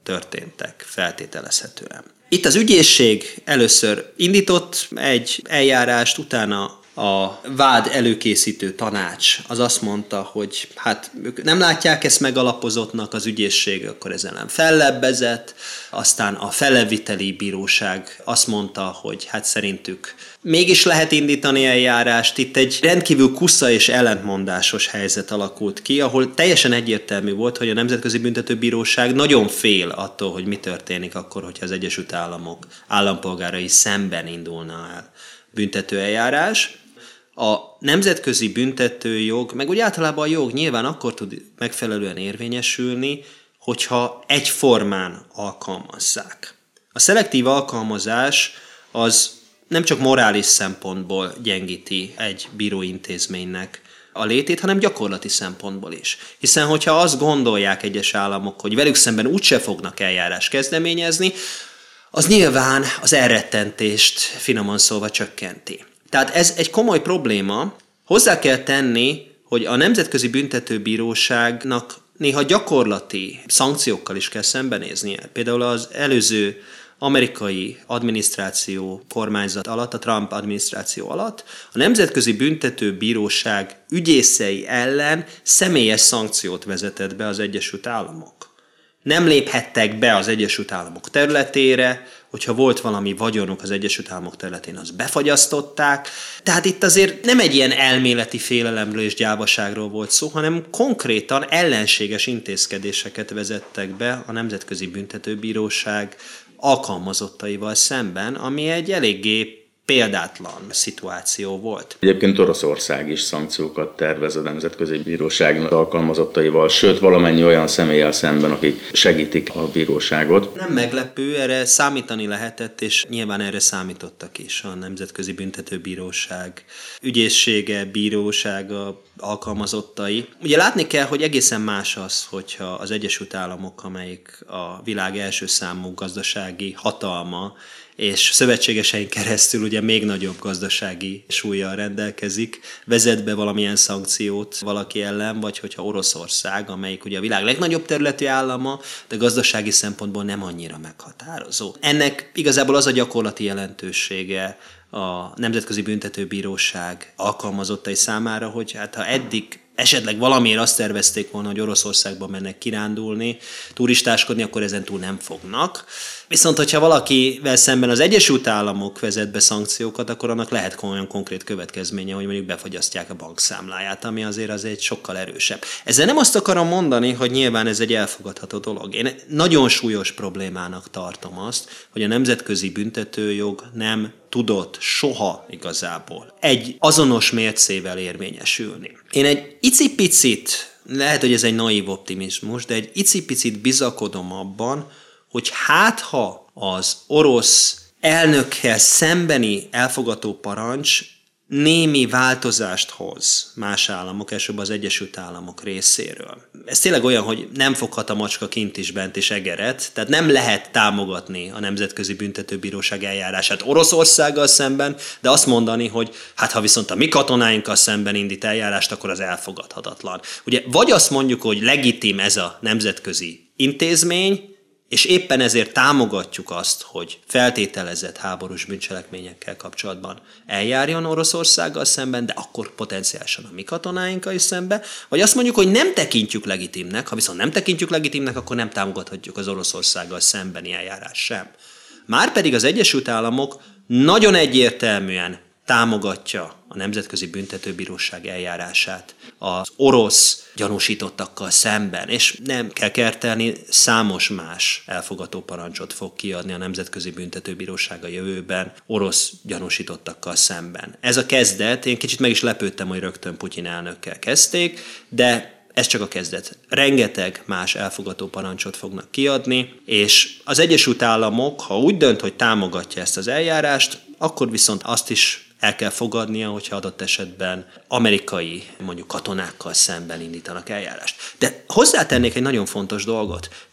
történtek feltételezhetően. Itt az ügyészség először indított egy eljárást, utána a vád előkészítő tanács az azt mondta, hogy hát ők nem látják ezt megalapozottnak, az ügyészség akkor ezen nem fellebbezett, aztán a fellebbviteli bíróság azt mondta, hogy hát szerintük mégis lehet indítani eljárást. Itt egy rendkívül kusza és ellentmondásos helyzet alakult ki, ahol teljesen egyértelmű volt, hogy a Nemzetközi Büntetőbíróság nagyon fél attól, hogy mi történik akkor, hogyha az Egyesült Államok állampolgárai szemben indulna el büntetőeljárás. A nemzetközi büntetőjog, meg úgy általában a jog nyilván akkor tud megfelelően érvényesülni, hogyha egyformán alkalmazzák. A szelektív alkalmazás az nem csak morális szempontból gyengíti egy bíróintézménynek a létét, hanem gyakorlati szempontból is. Hiszen, hogyha azt gondolják egyes államok, hogy velük szemben úgyse fognak eljárás kezdeményezni, az nyilván az elrettentést finoman szólva csökkenti. Tehát ez egy komoly probléma. Hozzá kell tenni, hogy a Nemzetközi Büntetőbíróságnak néha gyakorlati szankciókkal is kell szembenéznie. Például az előző amerikai adminisztráció kormányzat alatt, a Trump adminisztráció alatt a Nemzetközi Büntetőbíróság ügyészei ellen személyes szankciót vezetett be az Egyesült Államok. Nem léphettek be az Egyesült Államok területére, hogyha volt valami vagyonuk az Egyesült Államok területén, azt befagyasztották. Tehát itt azért nem egy ilyen elméleti félelemről és gyávaságról volt szó, hanem konkrétan ellenséges intézkedéseket vezettek be a Nemzetközi Büntetőbíróság alkalmazottaival szemben, ami egy eléggé példátlan szituáció volt. Egyébként Oroszország is szankciókat tervez a Nemzetközi Bíróság alkalmazottaival, sőt valamennyi olyan személlyel szemben, akik segítik a bíróságot. Nem meglepő, erre számítani lehetett, és nyilván erre számítottak is a Nemzetközi Büntetőbíróság ügyészsége, bírósága, alkalmazottai. Ugye látni kell, hogy egészen más az, hogyha az Egyesült Államok, amelyik a világ első számú gazdasági hatalma, és szövetségesein keresztül ugye még nagyobb gazdasági súllyal rendelkezik, vezet be valamilyen szankciót valaki ellen, vagy hogyha Oroszország, amelyik ugye a világ legnagyobb területű állama, de gazdasági szempontból nem annyira meghatározó. Ennek igazából az a gyakorlati jelentősége a Nemzetközi Büntetőbíróság alkalmazottai számára, hogy hát ha eddig esetleg valamiért azt tervezték volna, hogy Oroszországba mennek kirándulni, turistáskodni, akkor ezentúl nem fognak. Viszont, hogyha valakivel szemben az Egyesült Államok vezet be szankciókat, akkor annak lehet olyan konkrét következménye, hogy mondjuk befagyasztják a bankszámláját, ami azért egy sokkal erősebb. Ezzel nem azt akarom mondani, hogy nyilván ez egy elfogadható dolog. Én nagyon súlyos problémának tartom azt, hogy a nemzetközi büntetőjog nem tudott soha igazából egy azonos mércével érvényesülni. Én egy icipicit, lehet, hogy ez egy naív optimizmus, de egy icipicit bizakodom abban, hogy ha az orosz elnökkel szembeni elfogató parancs némi változást hoz más államok, elsőbb az Egyesült Államok részéről. Ez tényleg olyan, hogy nem foghat a macska kint is bent és egeret, tehát nem lehet támogatni a Nemzetközi Büntetőbíróság eljárását Oroszországgal szemben, de azt mondani, hogy hát ha viszont a mi katonáinkkal szemben indít eljárást, akkor az elfogadhatatlan. Ugye vagy azt mondjuk, hogy legitim ez a nemzetközi intézmény, és éppen ezért támogatjuk azt, hogy feltételezett háborús bűncselekményekkel kapcsolatban eljárjon Oroszországgal szemben, de akkor potenciálisan a mi katonáinkkal is szembe, vagy azt mondjuk, hogy nem tekintjük legitimnek, ha viszont nem tekintjük legitimnek, akkor nem támogathatjuk az Oroszországgal szembeni eljárás sem. Márpedig az Egyesült Államok nagyon egyértelműen támogatja a Nemzetközi Büntetőbíróság eljárását az orosz gyanúsítottakkal szemben, és nem kell kertelni, számos más elfogató parancsot fog kiadni a Nemzetközi Büntetőbíróság a jövőben orosz gyanúsítottakkal szemben. Ez a kezdet, én kicsit meg is lepődtem, hogy rögtön Putyin elnökkel kezdték, de ez csak a kezdet. Rengeteg más elfogató parancsot fognak kiadni, és az Egyesült Államok, ha úgy dönt, hogy támogatja ezt az eljárást, akkor viszont azt is el kell fogadnia, hogyha adott esetben amerikai, mondjuk katonákkal szemben indítanak eljárást. De hozzátennék egy nagyon fontos dolgot, hogy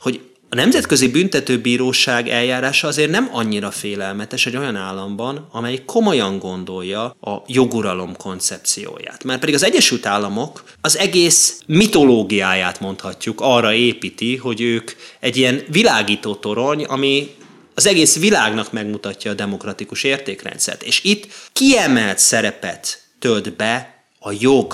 A Nemzetközi Büntetőbíróság eljárása azért nem annyira félelmetes egy olyan államban, amely komolyan gondolja a joguralom koncepcióját. Márpedig az Egyesült Államok az egész mitológiáját mondhatjuk arra építi, hogy ők egy ilyen világító torony, ami az egész világnak megmutatja a demokratikus értékrendszert. És itt kiemelt szerepet tölt be a jog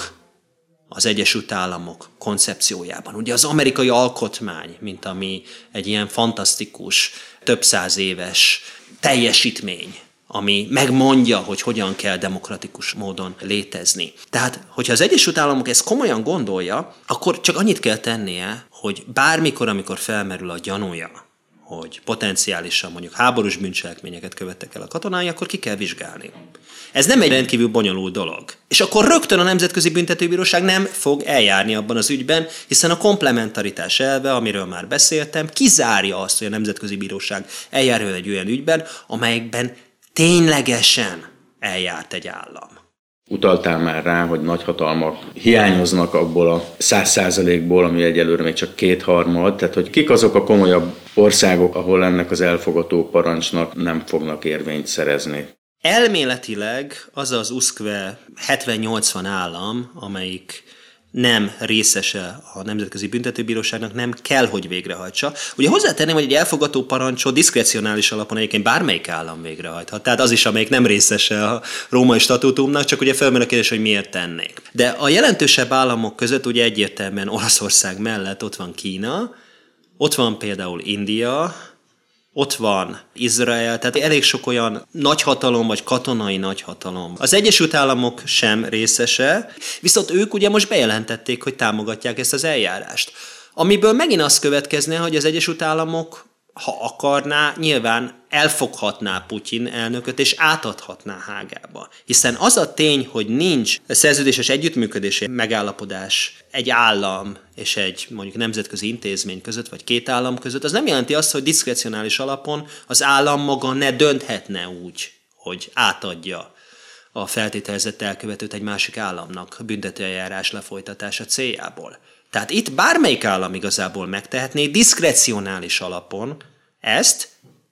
az Egyesült Államok koncepciójában. Ugye az amerikai alkotmány, mint ami egy ilyen fantasztikus, több száz éves teljesítmény, ami megmondja, hogy hogyan kell demokratikus módon létezni. Tehát, hogyha az Egyesült Államok ezt komolyan gondolja, akkor csak annyit kell tennie, hogy bármikor, amikor felmerül a gyanúja, hogy potenciálisan mondjuk háborús bűncselekményeket követtek el a katonái, akkor ki kell vizsgálni. Ez nem egy rendkívül bonyolult dolog. És akkor rögtön a Nemzetközi Büntetőbíróság nem fog eljárni abban az ügyben, hiszen a komplementaritás elve, amiről már beszéltem, kizárja azt, hogy a Nemzetközi Bíróság eljárjon egy olyan ügyben, amelyekben ténylegesen eljárt egy állam. Utaltál már rá, hogy nagyhatalmak hiányoznak abból a 100%-ból, ami egyelőre még csak 2/3, tehát hogy kik azok a komolyabb országok, ahol ennek az elfogató parancsnak nem fognak érvényt szerezni? Elméletileg az az uszkve 70-80 állam, amelyik nem részese a Nemzetközi Büntetőbíróságnak, nem kell, hogy végrehajtsa. Ugye hozzátenném, hogy egy elfogató parancsot diszkrecionális alapon egyébként bármelyik állam végrehajthat. Tehát az is, amelyik nem részese a Római Statútumnak, csak ugye felmerül a kérdés, hogy miért tennék. De a jelentősebb államok között ugye egyértelműen Oroszország mellett ott van Kína, ott van például India, ott van Izrael, tehát elég sok olyan nagyhatalom, vagy katonai nagyhatalom. Az Egyesült Államok sem részese, viszont ők ugye most bejelentették, hogy támogatják ezt az eljárást. Amiből megint az következne, hogy az Egyesült Államok, ha akarná, nyilván elfoghatná Putyin elnököt, és átadhatná Hágába. Hiszen az a tény, hogy nincs szerződéses együttműködési megállapodás egy állam és egy mondjuk nemzetközi intézmény között, vagy két állam között, az nem jelenti azt, hogy diszkrecionális alapon az állam maga ne dönthetne úgy, hogy átadja a feltételezett elkövetőt egy másik államnak büntetőeljárás lefolytatása céljából. Tehát itt bármelyik állam igazából megtehetné diszkrecionális alapon ezt,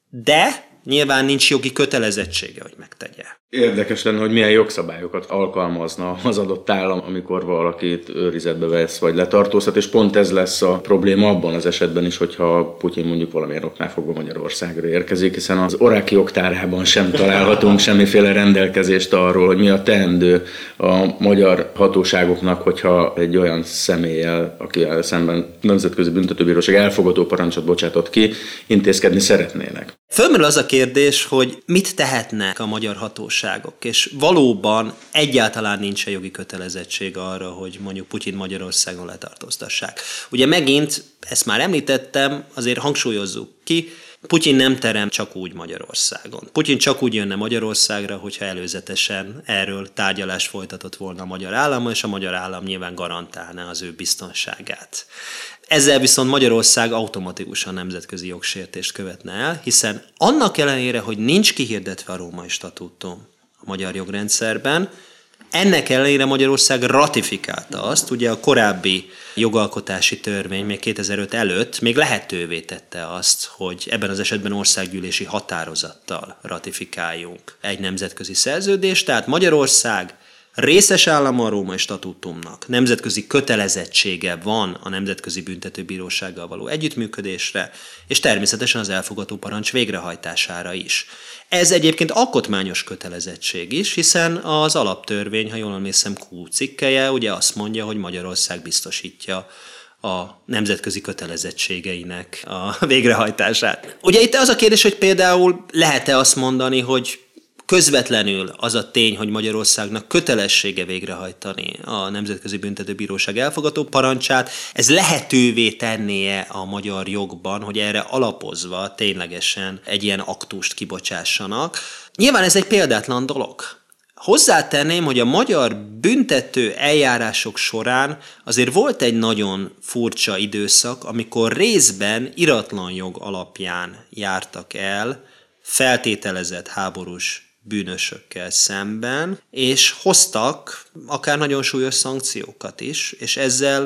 de nyilván nincs jogi kötelezettsége, hogy megtegye. Érdekes lenne, hogy milyen jogszabályokat alkalmazna az adott állam, amikor valakit őrizetbe vesz vagy letartóztat, és pont ez lesz a probléma abban az esetben is, hogyha Putyin mondjuk valamilyen oknál fogva Magyarországra érkezik, hiszen az oráki jogtárában sem találhatunk semmiféle rendelkezést arról, hogy mi a teendő a magyar hatóságoknak, hogyha egy olyan személlyel, akivel szemben Nemzetközi Büntetőbíróság elfogadó parancsot bocsátott ki, intézkedni szeretnének. Fölmerül az a kérdés, hogy mit tehetnek a magyar hatóságok, és valóban egyáltalán nincs jogi kötelezettség arra, hogy mondjuk Putyin Magyarországon letartóztassák. Ugye megint, ezt már említettem, azért hangsúlyozzuk ki, Putyin nem terem csak úgy Magyarországon. Putyin csak úgy jönne Magyarországra, hogyha előzetesen erről tárgyalást folytatott volna a magyar állam, és a magyar állam nyilván garantálná az ő biztonságát. Ezzel viszont Magyarország automatikusan nemzetközi jogsértést követne el, hiszen annak ellenére, hogy nincs kihirdetve a Római Statútum a magyar jogrendszerben, ennek ellenére Magyarország ratifikálta azt, ugye a korábbi jogalkotási törvény még 2005 előtt még lehetővé tette azt, hogy ebben az esetben országgyűlési határozattal ratifikáljunk egy nemzetközi szerződést, tehát Magyarország részes állama a Római Statútumnak, nemzetközi kötelezettsége van a Nemzetközi Büntetőbírósággal való együttműködésre, és természetesen az elfogadó parancs végrehajtására is. Ez egyébként alkotmányos kötelezettség is, hiszen az alaptörvény, ha jól emlékszem, Q cikkelye, ugye azt mondja, hogy Magyarország biztosítja a nemzetközi kötelezettségeinek a végrehajtását. Ugye itt az a kérdés, hogy például lehet-e azt mondani, hogy közvetlenül az a tény, hogy Magyarországnak kötelessége végrehajtani a Nemzetközi Büntetőbíróság elfogadó parancsát, ez lehetővé tennie a magyar jogban, hogy erre alapozva ténylegesen egy ilyen aktust kibocsássanak. Nyilván ez egy példátlan dolog. Hozzátenném, hogy a magyar büntető eljárások során azért volt egy nagyon furcsa időszak, amikor részben iratlan jog alapján jártak el feltételezett háborús bűnösökkel szemben, és hoztak akár nagyon súlyos szankciókat is, és ezzel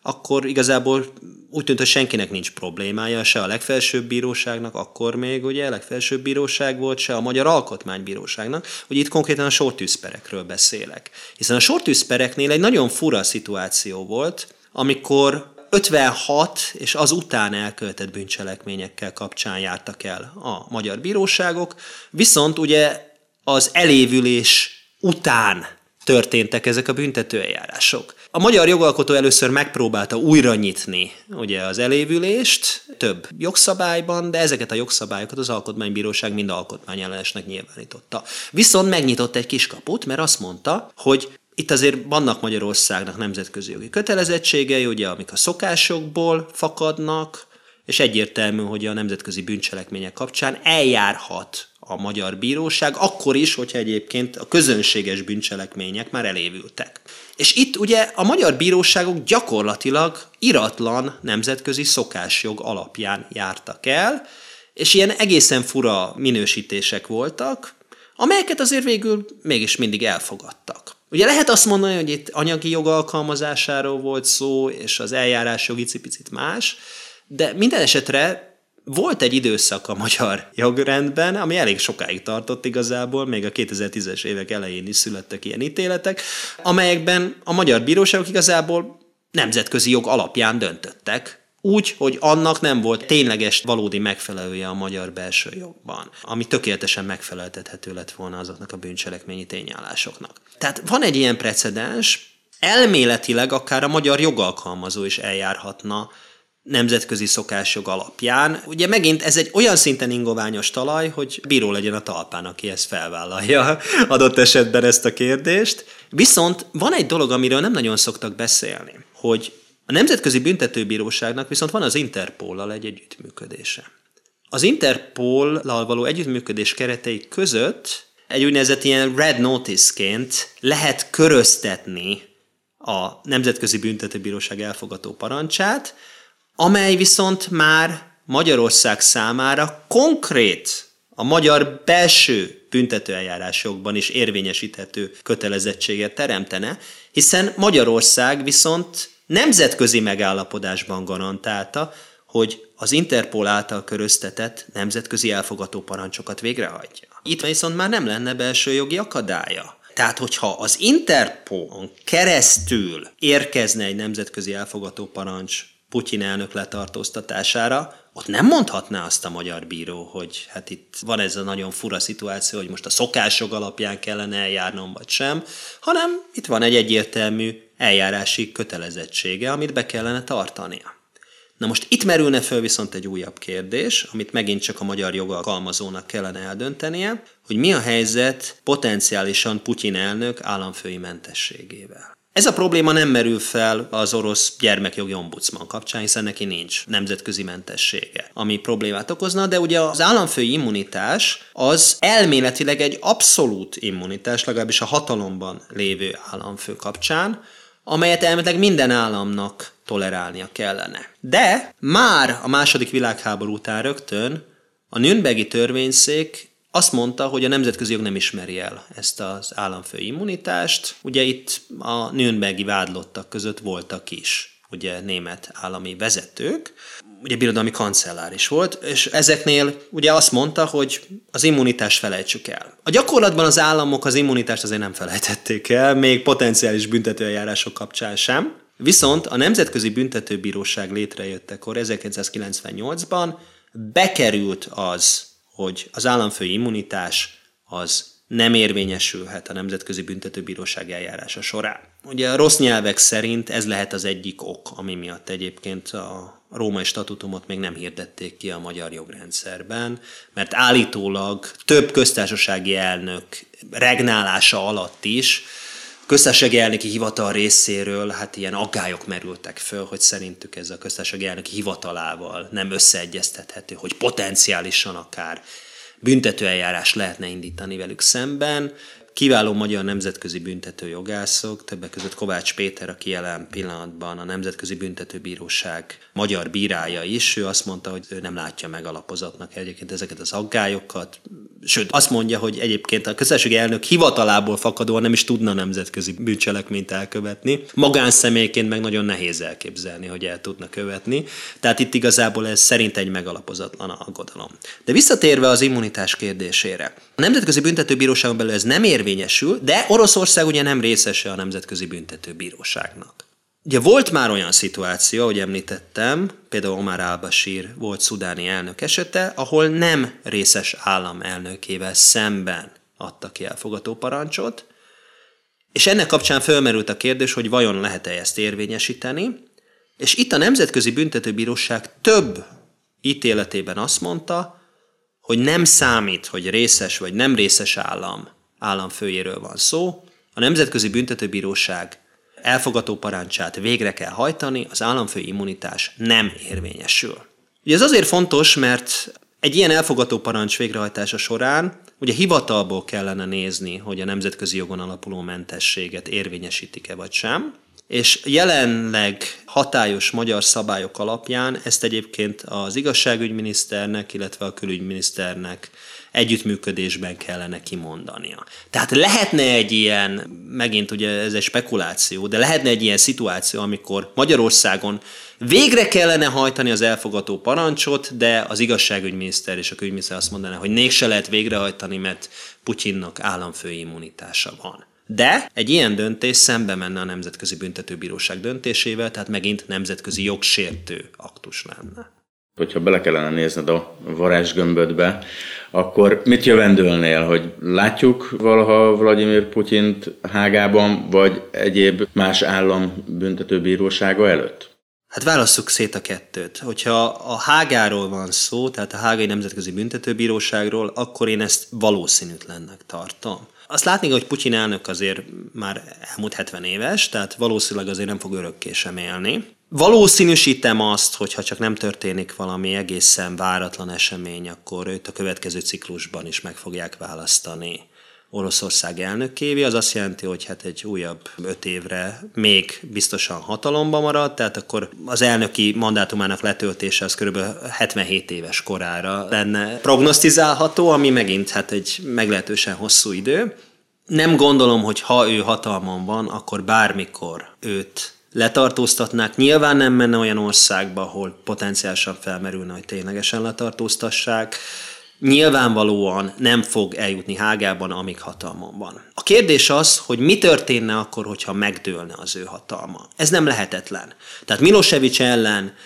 akkor igazából úgy tűnt, hogy senkinek nincs problémája, se a legfelsőbb bíróságnak, akkor még ugye legfelsőbb bíróság volt, se a Magyar Alkotmánybíróságnak, hogy itt konkrétan a sortűzperekről beszélek. Hiszen a sortűzpereknél egy nagyon fura szituáció volt, amikor 56 és az után elkövetett bűncselekményekkel kapcsán jártak el a magyar bíróságok, viszont ugye az elévülés után történtek ezek a büntetőeljárások. A magyar jogalkotó először megpróbálta újra nyitni ugye az elévülést több jogszabályban, de ezeket a jogszabályokat az Alkotmánybíróság mind alkotmányellenesnek nyilvánította. Viszont megnyitott egy kiskaput, mert azt mondta, hogy itt azért vannak Magyarországnak nemzetközi jogi kötelezettségei, ugye, amik a szokásokból fakadnak, és egyértelmű, hogy a nemzetközi bűncselekmények kapcsán eljárhat a magyar bíróság, akkor is, hogyha egyébként a közönséges bűncselekmények már elévültek. És itt ugye a magyar bíróságok gyakorlatilag iratlan nemzetközi szokásjog alapján jártak el, és ilyen egészen fura minősítések voltak, amelyeket azért végül mégis mindig elfogadtak. Ugye lehet azt mondani, hogy itt anyagi jog alkalmazásáról volt szó, és az eljárás jogi picit más, de minden esetre volt egy időszak a magyar jogrendben, ami elég sokáig tartott igazából, még a 2010-es évek elején is születtek ilyen ítéletek, amelyekben a magyar bíróságok igazából nemzetközi jog alapján döntöttek, úgy, hogy annak nem volt tényleges, valódi megfelelője a magyar belső jogban, ami tökéletesen megfeleltethető lett volna azoknak a bűncselekményi tényállásoknak. Tehát van egy ilyen precedens, elméletileg akár a magyar jogalkalmazó is eljárhatna nemzetközi szokásjog alapján. Ugye megint ez egy olyan szinten ingoványos talaj, hogy bíró legyen a talpán, aki ezt felvállalja adott esetben ezt a kérdést. Viszont van egy dolog, amiről nem nagyon szoktak beszélni, hogy a Nemzetközi Büntetőbíróságnak viszont van az Interpollal egy együttműködése. Az Interpollal való együttműködés keretei között egy úgynevezett ilyen red notice-ként lehet köröztetni a Nemzetközi Büntetőbíróság elfogató parancsát, amely viszont már Magyarország számára konkrét, a magyar belső büntetőeljárásjogban is érvényesíthető kötelezettséget teremtene, hiszen Magyarország viszont nemzetközi megállapodásban garantálta, hogy az Interpol által köröztetett nemzetközi elfogató parancsokat végrehajtja. Itt viszont már nem lenne belső jogi akadálya. Tehát, hogyha az Interpolon keresztül érkezne egy nemzetközi elfogató parancs Putyin elnök letartóztatására, ott nem mondhatná azt a magyar bíró, hogy hát itt van ez a nagyon fura szituáció, hogy most a szokásjog alapján kellene eljárnom, vagy sem, hanem itt van egy egyértelmű eljárási kötelezettsége, amit be kellene tartania. Na most itt merülne föl viszont egy újabb kérdés, amit megint csak a magyar jogalkalmazónak kellene eldöntenie, hogy mi a helyzet potenciálisan Putyin elnök államfői mentességével. Ez a probléma nem merül fel az orosz gyermekjogi ombudsman kapcsán, hiszen neki nincs nemzetközi mentessége, ami problémát okozna, de ugye az államfői immunitás az elméletileg egy abszolút immunitás, legalábbis a hatalomban lévő államfő kapcsán, amelyet elméletileg minden államnak tolerálnia kellene. De már a II. Világháború után rögtön a Nürnbergi törvényszék azt mondta, hogy a nemzetközi jog nem ismeri el ezt az államfői immunitást. Ugye itt a nürnbergi vádlottak között voltak is, ugye német állami vezetők, ugye birodalmi kancellár is volt, és ezeknél ugye azt mondta, hogy az immunitást felejtsük el. A gyakorlatban az államok az immunitást azért nem felejtették el, még potenciális büntetőeljárások kapcsán sem. Viszont a Nemzetközi Büntetőbíróság létrejöttekor 1998-ban bekerült az, hogy az államfői immunitás az nem érvényesülhet a Nemzetközi Büntetőbíróság eljárása során. Ugye a rossz nyelvek szerint ez lehet az egyik ok, ami miatt egyébként a római statutumot még nem hirdették ki a magyar jogrendszerben, mert állítólag több köztársasági elnök regnálása alatt is köztársasági elnöki hivatal részéről hát ilyen aggályok merültek föl, hogy szerintük ez a köztársasági elnöki hivatalával nem összeegyeztethető, hogy potenciálisan akár büntetőeljárás lehetne indítani velük szemben. kiváló magyar nemzetközi büntetőjogászok, többek között Kovács Péter, aki jelen pillanatban a Nemzetközi Büntetőbíróság magyar bírája is, ő azt mondta, hogy ő nem látja megalapozatnak egyébként ezeket az aggályokat. Sőt, azt mondja, hogy egyébként a köztársasági elnök hivatalából fakadóan nem is tudna nemzetközi bűncselekményt elkövetni. Magánszemélyként meg nagyon nehéz elképzelni, hogy el tudna követni. Tehát itt igazából ez szerint egy megalapozatlan aggodalom. De visszatérve az immunitás kérdésére. A Nemzetközi Büntetőbíróságon belül ez nem érvényesül, de Oroszország ugye nem részese a Nemzetközi Büntetőbíróságnak. Ugye volt már olyan szituáció, ahogy említettem, például Omar al-Bashir volt szudáni elnök esete, ahol nem részes állam elnökével szemben adta ki elfogató parancsot, és ennek kapcsán fölmerült a kérdés, hogy vajon lehet-e ezt érvényesíteni, és itt a Nemzetközi Büntetőbíróság több ítéletében azt mondta, hogy nem számít, hogy részes vagy nem részes államfőjéről van szó, a Nemzetközi Büntetőbíróság elfogató parancsát végre kell hajtani, az államfő immunitás nem érvényesül. Ugye ez azért fontos, mert egy ilyen elfogató parancs végrehajtása során ugye hivatalból kellene nézni, hogy a nemzetközi jogon alapuló mentességet érvényesítik-e vagy sem, és jelenleg hatályos magyar szabályok alapján ezt egyébként az igazságügyminiszternek, illetve a külügyminiszternek együttműködésben kellene kimondania. Tehát lehetne egy ilyen, megint ugye ez egy spekuláció, de lehetne egy ilyen szituáció, amikor Magyarországon végre kellene hajtani az elfogató parancsot, de az igazságügyminiszter és a külügyminiszter azt mondaná, hogy mégse lehet végrehajtani, mert Putyinnak államfői immunitása van. De egy ilyen döntés szembe menne a Nemzetközi Büntetőbíróság döntésével, tehát megint nemzetközi jogsértő aktus lenne. Hogyha bele kellene nézned a varázsgömbödbe, akkor mit jövendőlnél, hogy látjuk valaha Vladimir Putyint Hágában, vagy egyéb más állam büntetőbírósága előtt? Hát válasszuk szét a kettőt. Hogyha a Hágáról van szó, tehát a Hágai Nemzetközi Büntetőbíróságról, akkor én ezt valószínűtlennek tartom. Azt látni, hogy Putyin elnök azért már elmúlt 70 éves, tehát valószínűleg azért nem fog örökké sem élni. Valószínűsítem azt, hogy ha csak nem történik valami egészen váratlan esemény, akkor őt a következő ciklusban is meg fogják választani Oroszország elnökévé. Az azt jelenti, hogy hát egy újabb 5 évre még biztosan hatalomban marad, tehát akkor az elnöki mandátumának letöltése az kb. 77 éves korára lenne prognosztizálható, ami megint hát egy meglehetősen hosszú idő. Nem gondolom, hogy ha ő hatalmon van, akkor bármikor őt letartóztatnák. Nyilván nem menne olyan országba, ahol potenciálisan felmerülne, hogy ténylegesen letartóztassák. Nyilvánvalóan nem fog eljutni Hágában, amíg hatalmon van. A kérdés az, hogy mi történne akkor, hogyha megdőlne az ő hatalma. Ez nem lehetetlen. Tehát Milosevic ellen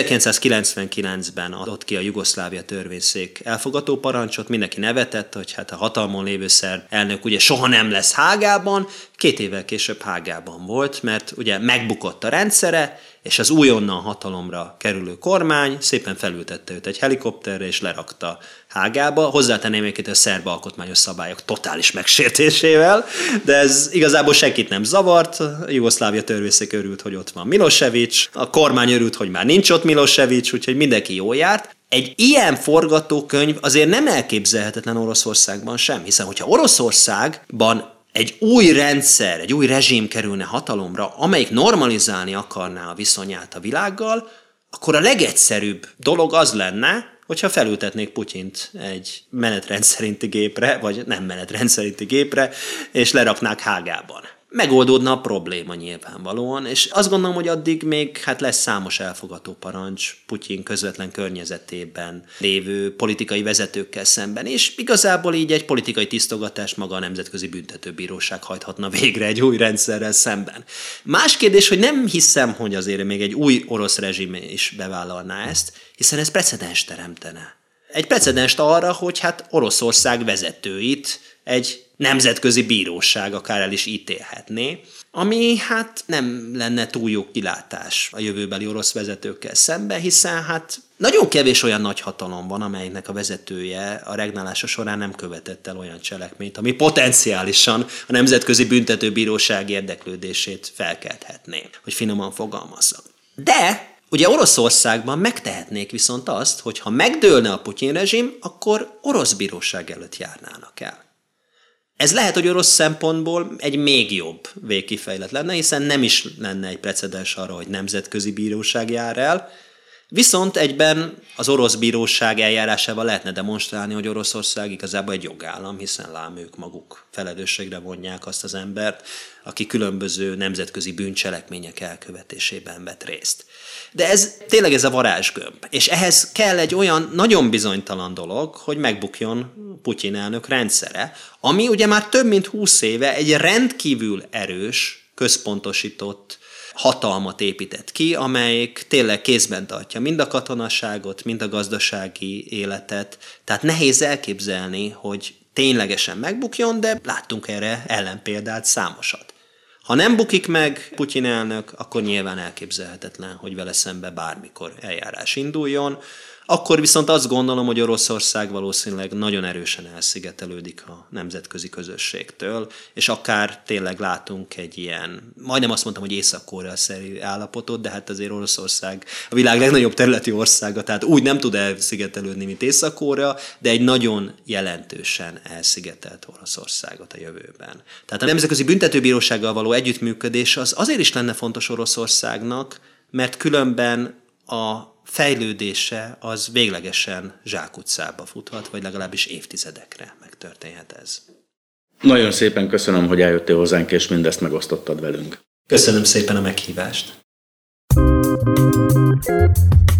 1999-ben adott ki a Jugoszlávia törvényszék elfogató parancsot, mindenki nevetett, hogy hát a hatalmon lévő szerb elnök ugye soha nem lesz Hágában, 2 évvel később Hágában volt, mert ugye megbukott a rendszere, és az újonnan hatalomra kerülő kormány szépen felültette őt egy helikopterre, és lerakta Hágába. Hozzátenném egyébként a szerb alkotmányos szabályok totális megsértésével, de ez igazából senkit nem zavart. A Jugoszlávia törvényszék örült, hogy ott van Milosevic, a kormány örült, hogy már nincs ott Milosevic, úgyhogy mindenki jól járt. Egy ilyen forgatókönyv azért nem elképzelhetetlen Oroszországban sem, hiszen hogyha Oroszországban egy új rendszer, egy új rezsim kerülne hatalomra, amelyik normalizálni akarná a viszonyát a világgal, akkor a legegyszerűbb dolog az lenne, hogyha felültetnék Putyint egy menetrend szerinti gépre, vagy nem menetrend szerinti gépre, és leraknák Hágában. Megoldódna a probléma nyilvánvalóan, és azt gondolom, hogy addig még lesz számos elfogató parancs Putyin közvetlen környezetében lévő politikai vezetőkkel szemben, és igazából így egy politikai tisztogatást maga a Nemzetközi Büntetőbíróság hajthatna végre egy új rendszerrel szemben. Más kérdés, hogy nem hiszem, hogy azért még egy új orosz rezsim is bevállalná ezt, hiszen ez precedens teremtene. Egy precedenst arra, hogy Oroszország vezetőit egy nemzetközi bíróság akár el is ítélhetné, ami nem lenne túl jó kilátás a jövőbeli orosz vezetőkkel szemben, hiszen nagyon kevés olyan nagy hatalom van, amelynek a vezetője a regnálása során nem követett el olyan cselekményt, ami potenciálisan a Nemzetközi Büntetőbíróság érdeklődését felkelthetné, hogy finoman fogalmazzak. De ugye Oroszországban megtehetnék viszont azt, hogy ha megdőlne a Putyin rezsim, akkor orosz bíróság előtt járnának el. Ez lehet, hogy orosz szempontból egy még jobb végkifejlet lenne, hiszen nem is lenne egy precedens arra, hogy nemzetközi bíróság jár el, viszont egyben az orosz bíróság eljárásával lehetne demonstrálni, hogy Oroszország igazából egy jogállam, hiszen lám ők maguk felelősségre vonják azt az embert, aki különböző nemzetközi bűncselekmények elkövetésében vett részt. De ez tényleg ez a varázsgömb. És ehhez kell egy olyan nagyon bizonytalan dolog, hogy megbukjon Putyin elnök rendszere, ami ugye már több mint 20 éve egy rendkívül erős, központosított hatalmat épített ki, amelyik tényleg kézben tartja mind a katonaságot, mind a gazdasági életet. Tehát nehéz elképzelni, hogy ténylegesen megbukjon, de láttunk erre ellenpéldát számosat. Ha nem bukik meg Putyin elnök, akkor nyilván elképzelhetetlen, hogy vele szembe bármikor eljárás induljon. Akkor viszont azt gondolom, hogy Oroszország valószínűleg nagyon erősen elszigetelődik a nemzetközi közösségtől, és akár tényleg látunk egy ilyen, majdnem azt mondtam, hogy Észak-Korea-szerű állapotot, de hát azért Oroszország a világ legnagyobb területi országa, tehát úgy nem tud elszigetelődni, mint Észak-Korea, de egy nagyon jelentősen elszigetelt Oroszországot a jövőben. Tehát a Nemzetközi Büntetőbírósággal való együttműködés az azért is lenne fontos Oroszországnak, mert különben a fejlődése az véglegesen zsákutcába futhat, vagy legalábbis évtizedekre megtörténhet ez. Nagyon szépen köszönöm, hogy eljöttél hozzánk, és mindezt megosztottad velünk. Köszönöm szépen a meghívást.